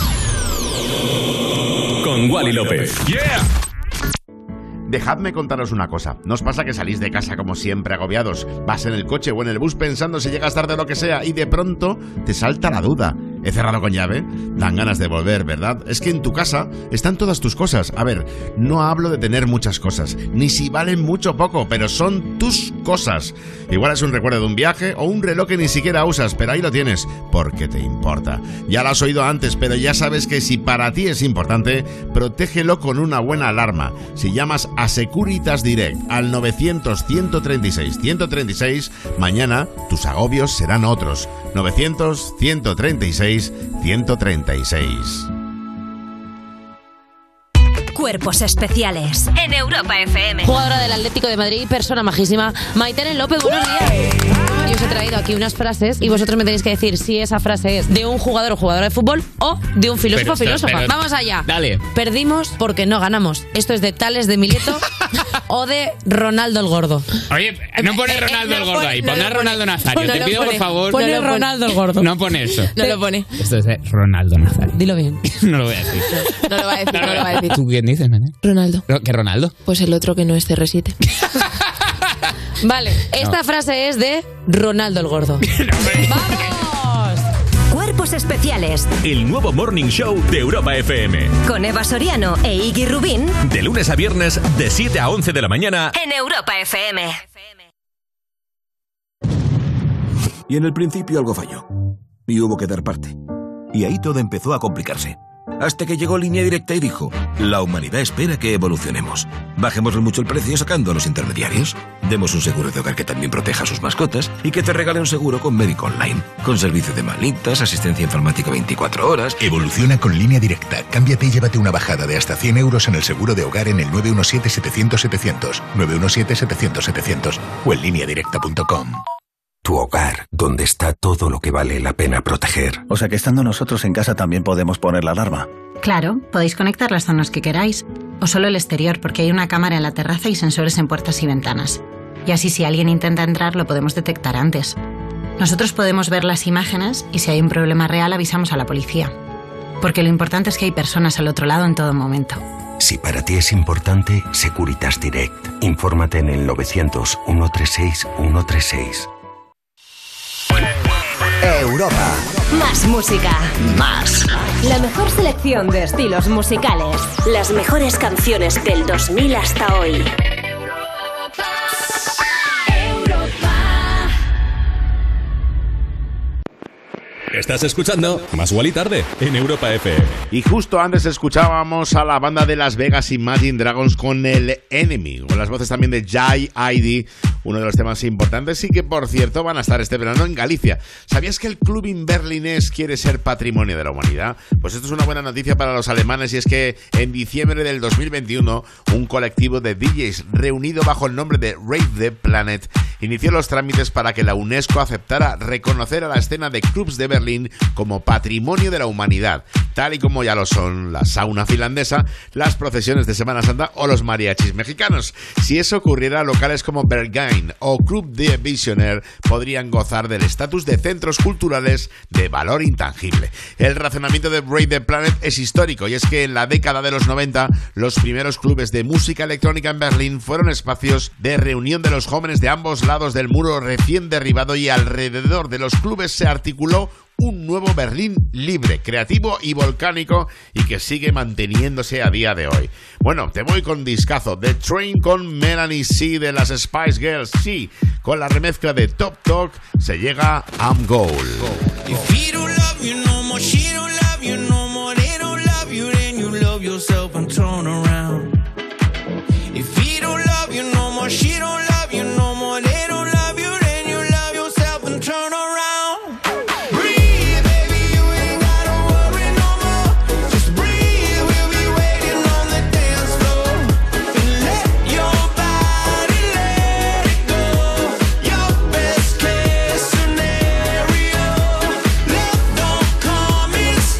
Con Wally López. ¡Yeah! Dejadme contaros una cosa. ¿No os pasa que salís de casa como siempre agobiados? Vas en el coche o en el bus pensando si llegas tarde o lo que sea y de pronto te salta la duda. ¿He cerrado con llave? Dan ganas de volver, ¿verdad? Es que en tu casa están todas tus cosas. A ver, no hablo de tener muchas cosas, ni si valen mucho o poco, pero son tus cosas. Igual es un recuerdo de un viaje o un reloj que ni siquiera usas, pero ahí lo tienes, porque te importa. Ya lo has oído antes, pero ya sabes que si para ti es importante, protégelo con una buena alarma. Si llamas a Securitas Direct al 900-136-136, mañana tus agobios serán otros. 900-136-136. Cuerpos especiales en Europa FM. Jugadora del Atlético de Madrid, persona majísima, Maitene López, buenos días. Yo os he traído aquí unas frases y vosotros me tenéis que decir si esa frase es de un jugador o jugadora de fútbol o de un filósofo o filósofa. Vamos allá. Dale. Perdimos porque no ganamos. Esto es de Tales de Mileto o de Ronaldo el Gordo. Oye, no pone Ronaldo el Gordo ahí, pon a Ronaldo Nazario. Te pido, por favor. Pone Ronaldo el Gordo. No pone eso. No lo pone. Esto es de Ronaldo Nazario. Dilo bien. No lo voy a decir. No lo va a decir, no lo va a decir. ¿Tú quién dices, Mané? Ronaldo. ¿Qué Ronaldo? Pues el otro que no es CR7. Vale, esta frase es de Ronaldo el Gordo. ¡Vamos! Cuerpos especiales. El nuevo Morning Show de Europa FM. Con Eva Soriano e Iggy Rubín. De lunes a viernes, de 7 a 11 de la mañana. En Europa FM. Y en el principio algo falló. Y hubo que dar parte. Y ahí todo empezó a complicarse. Hasta que llegó Línea Directa y dijo: la humanidad espera que evolucionemos. Bajémosle mucho el precio sacando a los intermediarios. Demos un seguro de hogar que también proteja a sus mascotas y que te regale un seguro con médico online, con servicio de malitas, asistencia informática 24 horas. Evoluciona con Línea Directa. Cámbiate y llévate una bajada de hasta 100 euros en el seguro de hogar en el 917-700-700, 917-700-700 o en lineadirecta.com. Tu hogar, donde está todo lo que vale la pena proteger. O sea que estando nosotros en casa también podemos poner la alarma. Claro, podéis conectar las zonas que queráis, o solo el exterior porque hay una cámara en la terraza y sensores en puertas y ventanas. Y así si alguien intenta entrar lo podemos detectar antes. Nosotros podemos ver las imágenes y si hay un problema real avisamos a la policía. Porque lo importante es que hay personas al otro lado en todo momento. Si para ti es importante, Securitas Direct. Infórmate en el 900-136-136. Europa. Más música. Más. La mejor selección de estilos musicales. Las mejores canciones del 2000 hasta hoy. Estás escuchando Más Wally Tarde en Europa FM. Y justo antes escuchábamos a la banda de Las Vegas Imagine Dragons con el Enemy, con las voces también de Jai ID, uno de los temas importantes y que por cierto van a estar este verano en Galicia. ¿Sabías que el Clubbing berlinés quiere ser patrimonio de la humanidad? Pues esto es una buena noticia para los alemanes y es que en diciembre del 2021 un colectivo de DJs reunido bajo el nombre de Rave the Planet inició los trámites para que la UNESCO aceptara reconocer a la escena de clubs de Berlín como patrimonio de la humanidad, tal y como ya lo son la sauna finlandesa, las procesiones de Semana Santa o los mariachis mexicanos. Si eso ocurriera, locales como Berghain o Club de Visionaire podrían gozar del estatus de centros culturales de valor intangible. El razonamiento de Rave the Planet es histórico y es que en la década de los 90 los primeros clubes de música electrónica en Berlín fueron espacios de reunión de los jóvenes de ambos lados del muro recién derribado y alrededor de los clubes se articuló un nuevo Berlín libre, creativo y volcánico y que sigue manteniéndose a día de hoy. Bueno, te voy con discazo. The Train con Melanie C de las Spice Girls. Sí, con la remezcla de Top Talk se llega a I'm Gold. If he don't love you no more, she don't love you no more, they don't love you, then you love yourself and turn around. If he don't love you no more, she don't love you no more, they don't love you, then you love yourself and turn around. It's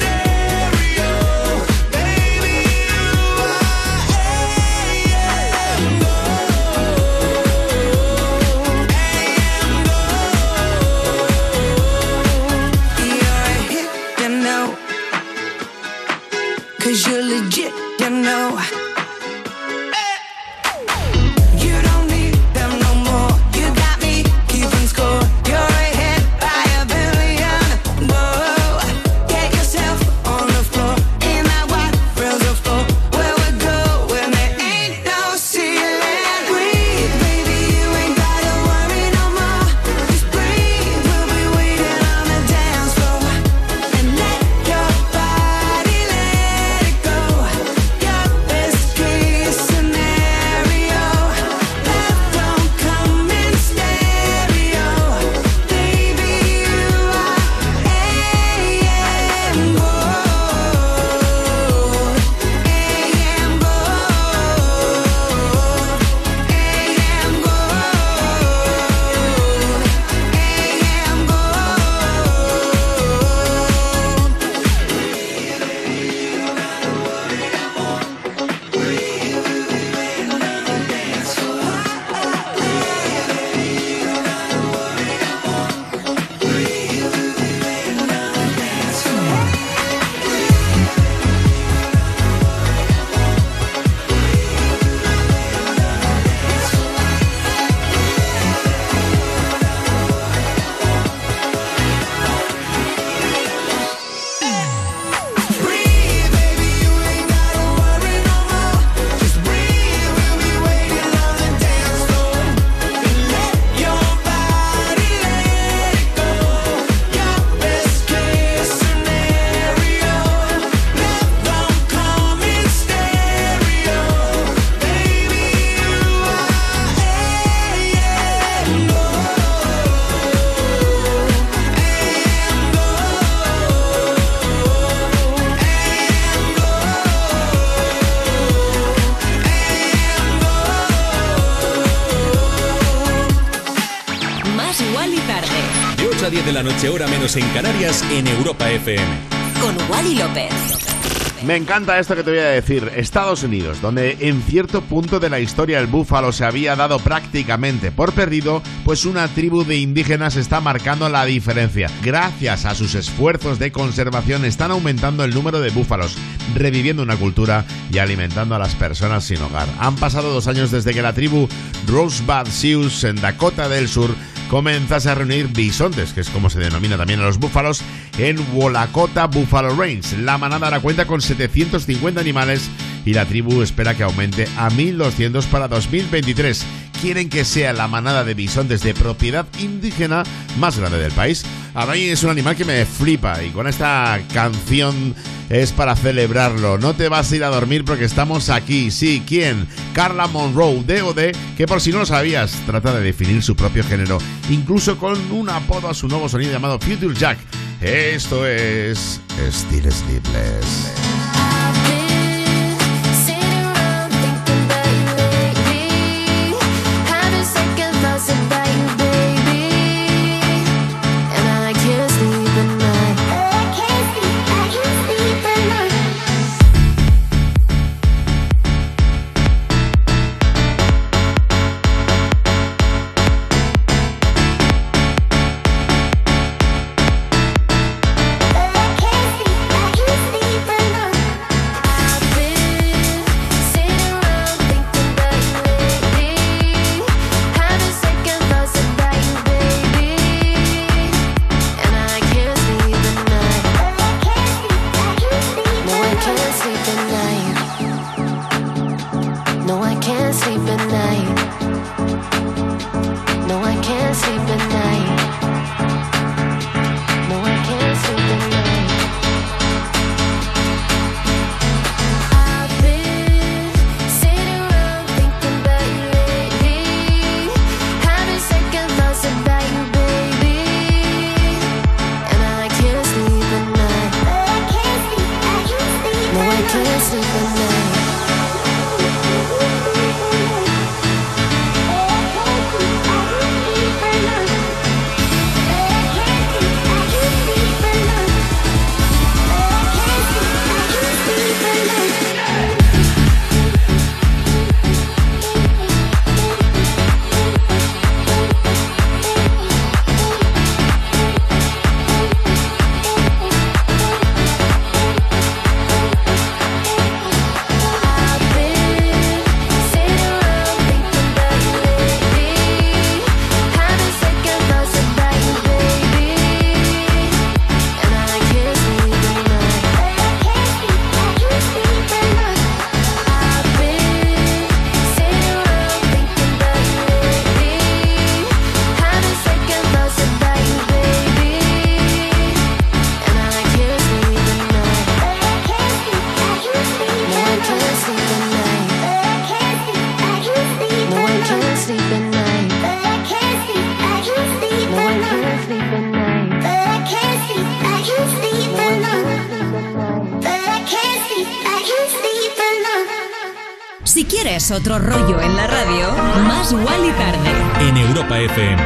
'cause you're legit, you know. You don't need them no more. You got me keeping score. You're ahead by a billion. Whoa, get yourself on the floor in that white rails of floor where we go when there ain't no ceiling. Breathe, baby, you ain't gotta worry no more. Just breathe, we'll be waiting on the dance floor. And let your body let it go. Your best case scenario. Love don't come in stereo. Baby, you are AM gold. AM Más Wally tarde. De 8 a 10 de la noche, hora menos en Canarias, en Europa FM. Con Wally López. Me encanta esto que te voy a decir. Estados Unidos, donde en cierto punto de la historia el búfalo se había dado prácticamente por perdido, pues una tribu de indígenas está marcando la diferencia. Gracias a sus esfuerzos de conservación están aumentando el número de búfalos, reviviendo una cultura y alimentando a las personas sin hogar. Han pasado 2 años desde que la tribu Rosebud Sioux en Dakota del Sur comenzase a reunir bisontes, que es como se denomina también a los búfalos, en Wolacota Buffalo Range. La manada ahora cuenta con 750 animales y la tribu espera que aumente a 1.200 para 2023. Quieren que sea la manada de bisontes de propiedad indígena más grande del país. A mí es un animal que me flipa y con esta canción es para celebrarlo. No te vas a ir a dormir porque estamos aquí. Sí, ¿quién? Carla Monroe, D.O.D., que por si no lo sabías, trata de definir su propio género, incluso con un apodo a su nuevo sonido llamado Future Jack. Esto es Still Sleepless. quieres otro rollo en la radio, Más Wally Tarde. En Europa FM.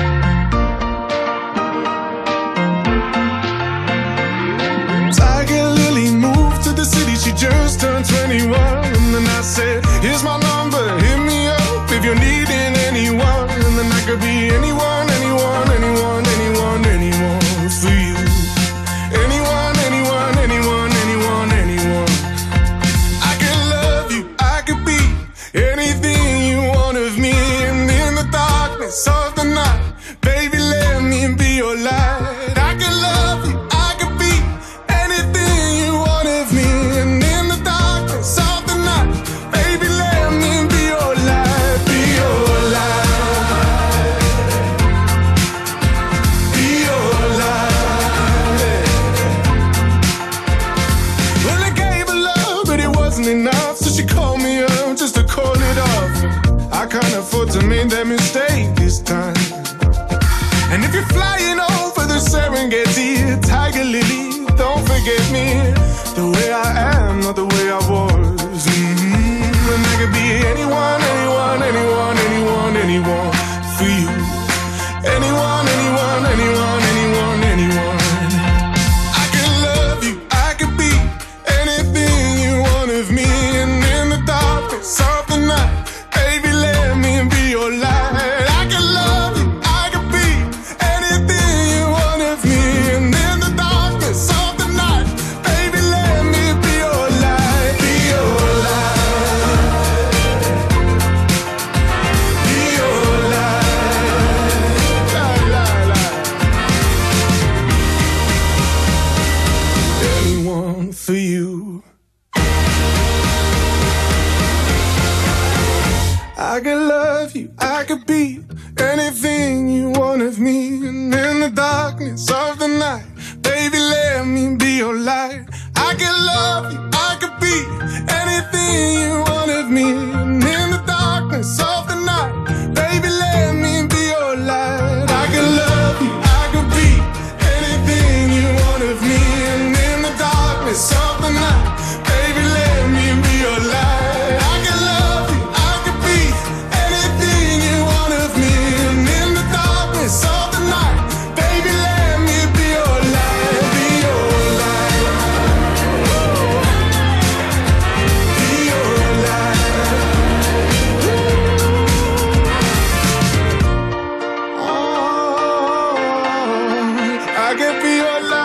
Tiger Lily moved to the city, she just turned 21. And then I said, here's my number, hit me up if you're needing anyone. And then I could be anyone, anyone, anyone, anyone, anyone for you. Anyone, anyone, anyone, anyone, anyone. I could love you, I could be anything you want of me. And in the darkness of the night, baby, let me be your light. I could love you, I could be anything you want of me. And in the darkness of the night, baby, let me be your light, be your light, be your light. Well, I gave her love, but it wasn't enough, so she called me up just to call it off. I can't afford to make that mistake this time. And if you're flying over the Serengeti, Tiger Lily, don't forget me. The way I am, not the way I was. And I could be anyone, anyone, anyone, anyone, anyone for you. Anyone, anyone, anyone, anyone, anyone. I could love you, I could be anything you want of me. And in the darkness of the night, baby, let me be your light. I could love you, I could be anything you want of me. And in the darkness of the night, baby, let me be your light, be your light, be your light, la, la, la. Anyone for you. I could love you, I could be anything you want of me. And in the darkness of the night, baby, let me be your light. I could love you, I could be anything you want of me. And in the darkness of the night, baby, let me be your light. I could love you, I could be anything you want of me. And in the darkness of the night, baby, let me be your light. I could love you, I could be anything you want of me. And in the darkness of the night, baby, let me be your light, be your light, be your light. Oh, I could be your light.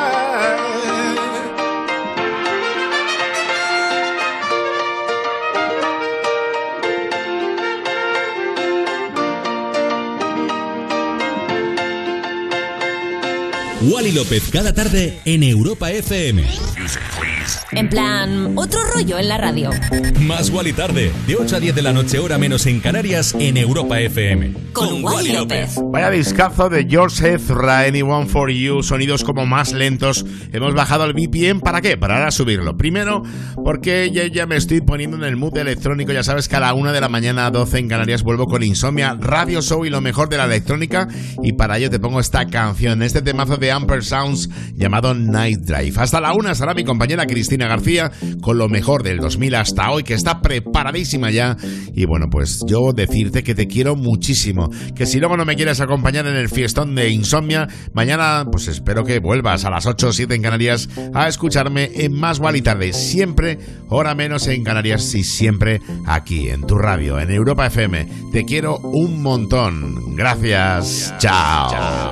Wally López cada tarde en Europa FM. En plan, otro rollo en la radio. Más Wally tarde, de 8 a 10 de la noche, hora menos en Canarias, en Europa FM. Con Wally López. Vaya discazo de George Ezra, Anyone for You, sonidos como más lentos. Hemos bajado el BPM, ¿para qué? Para ahora subirlo. Primero, porque ya me estoy poniendo en el mood electrónico. Ya sabes que a la 1 de la mañana, 12 en Canarias, vuelvo con Insomnia, Radio Show y lo mejor de la electrónica. Y para ello te pongo esta canción, este temazo de Amper Sounds llamado Night Drive. Hasta la 1 estará mi compañera Cristina García con lo mejor del 2000 hasta hoy, que está preparadísima ya. Y bueno, pues yo decirte que te quiero muchísimo, que si luego no me quieres acompañar en el fiestón de Insomnia, mañana pues espero que vuelvas a las 8 o 7 en Canarias a escucharme en Más Wally Tarde, siempre hora menos en Canarias y siempre aquí en tu radio, en Europa FM. Te quiero un montón. Gracias. Chao.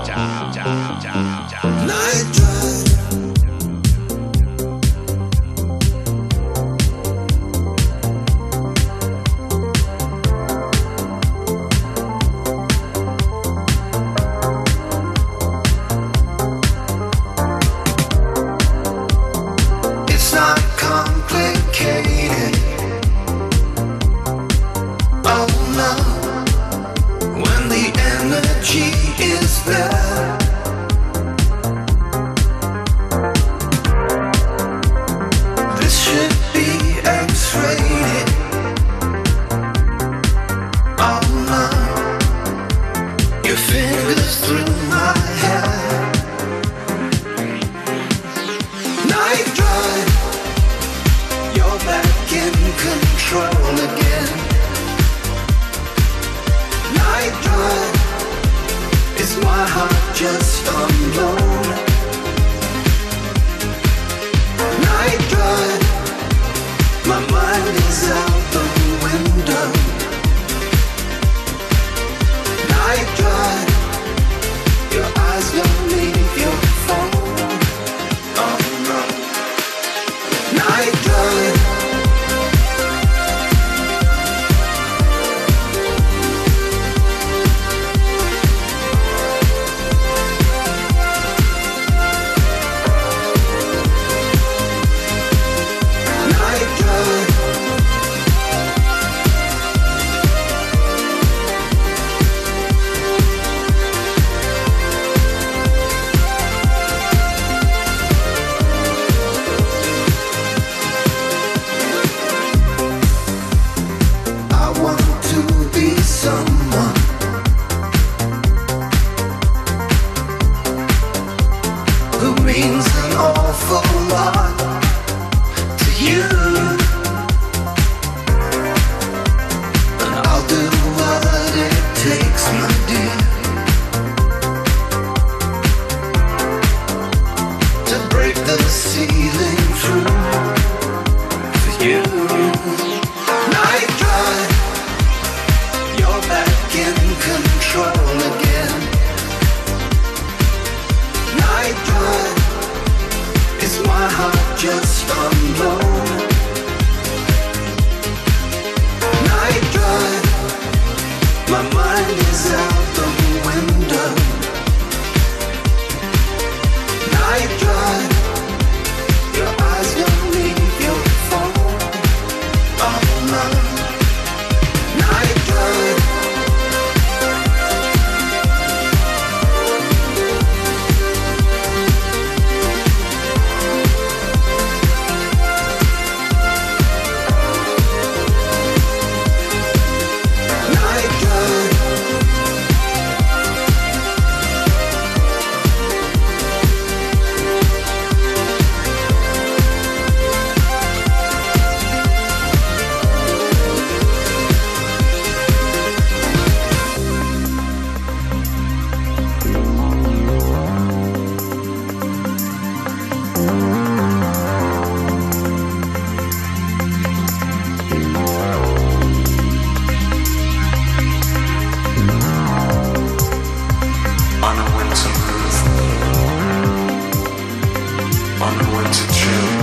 Night drive. It's not complicated. Oh no. When the energy is there. This should be X-rated. Oh no. Your fingers through my hair. Night drive. You're back in control again. Night drive. Is my heart just on loan? Night drive. My mind is out the window. Night drive. Your eyes don't leave your phone. Oh no. Night drive. On a winter trip.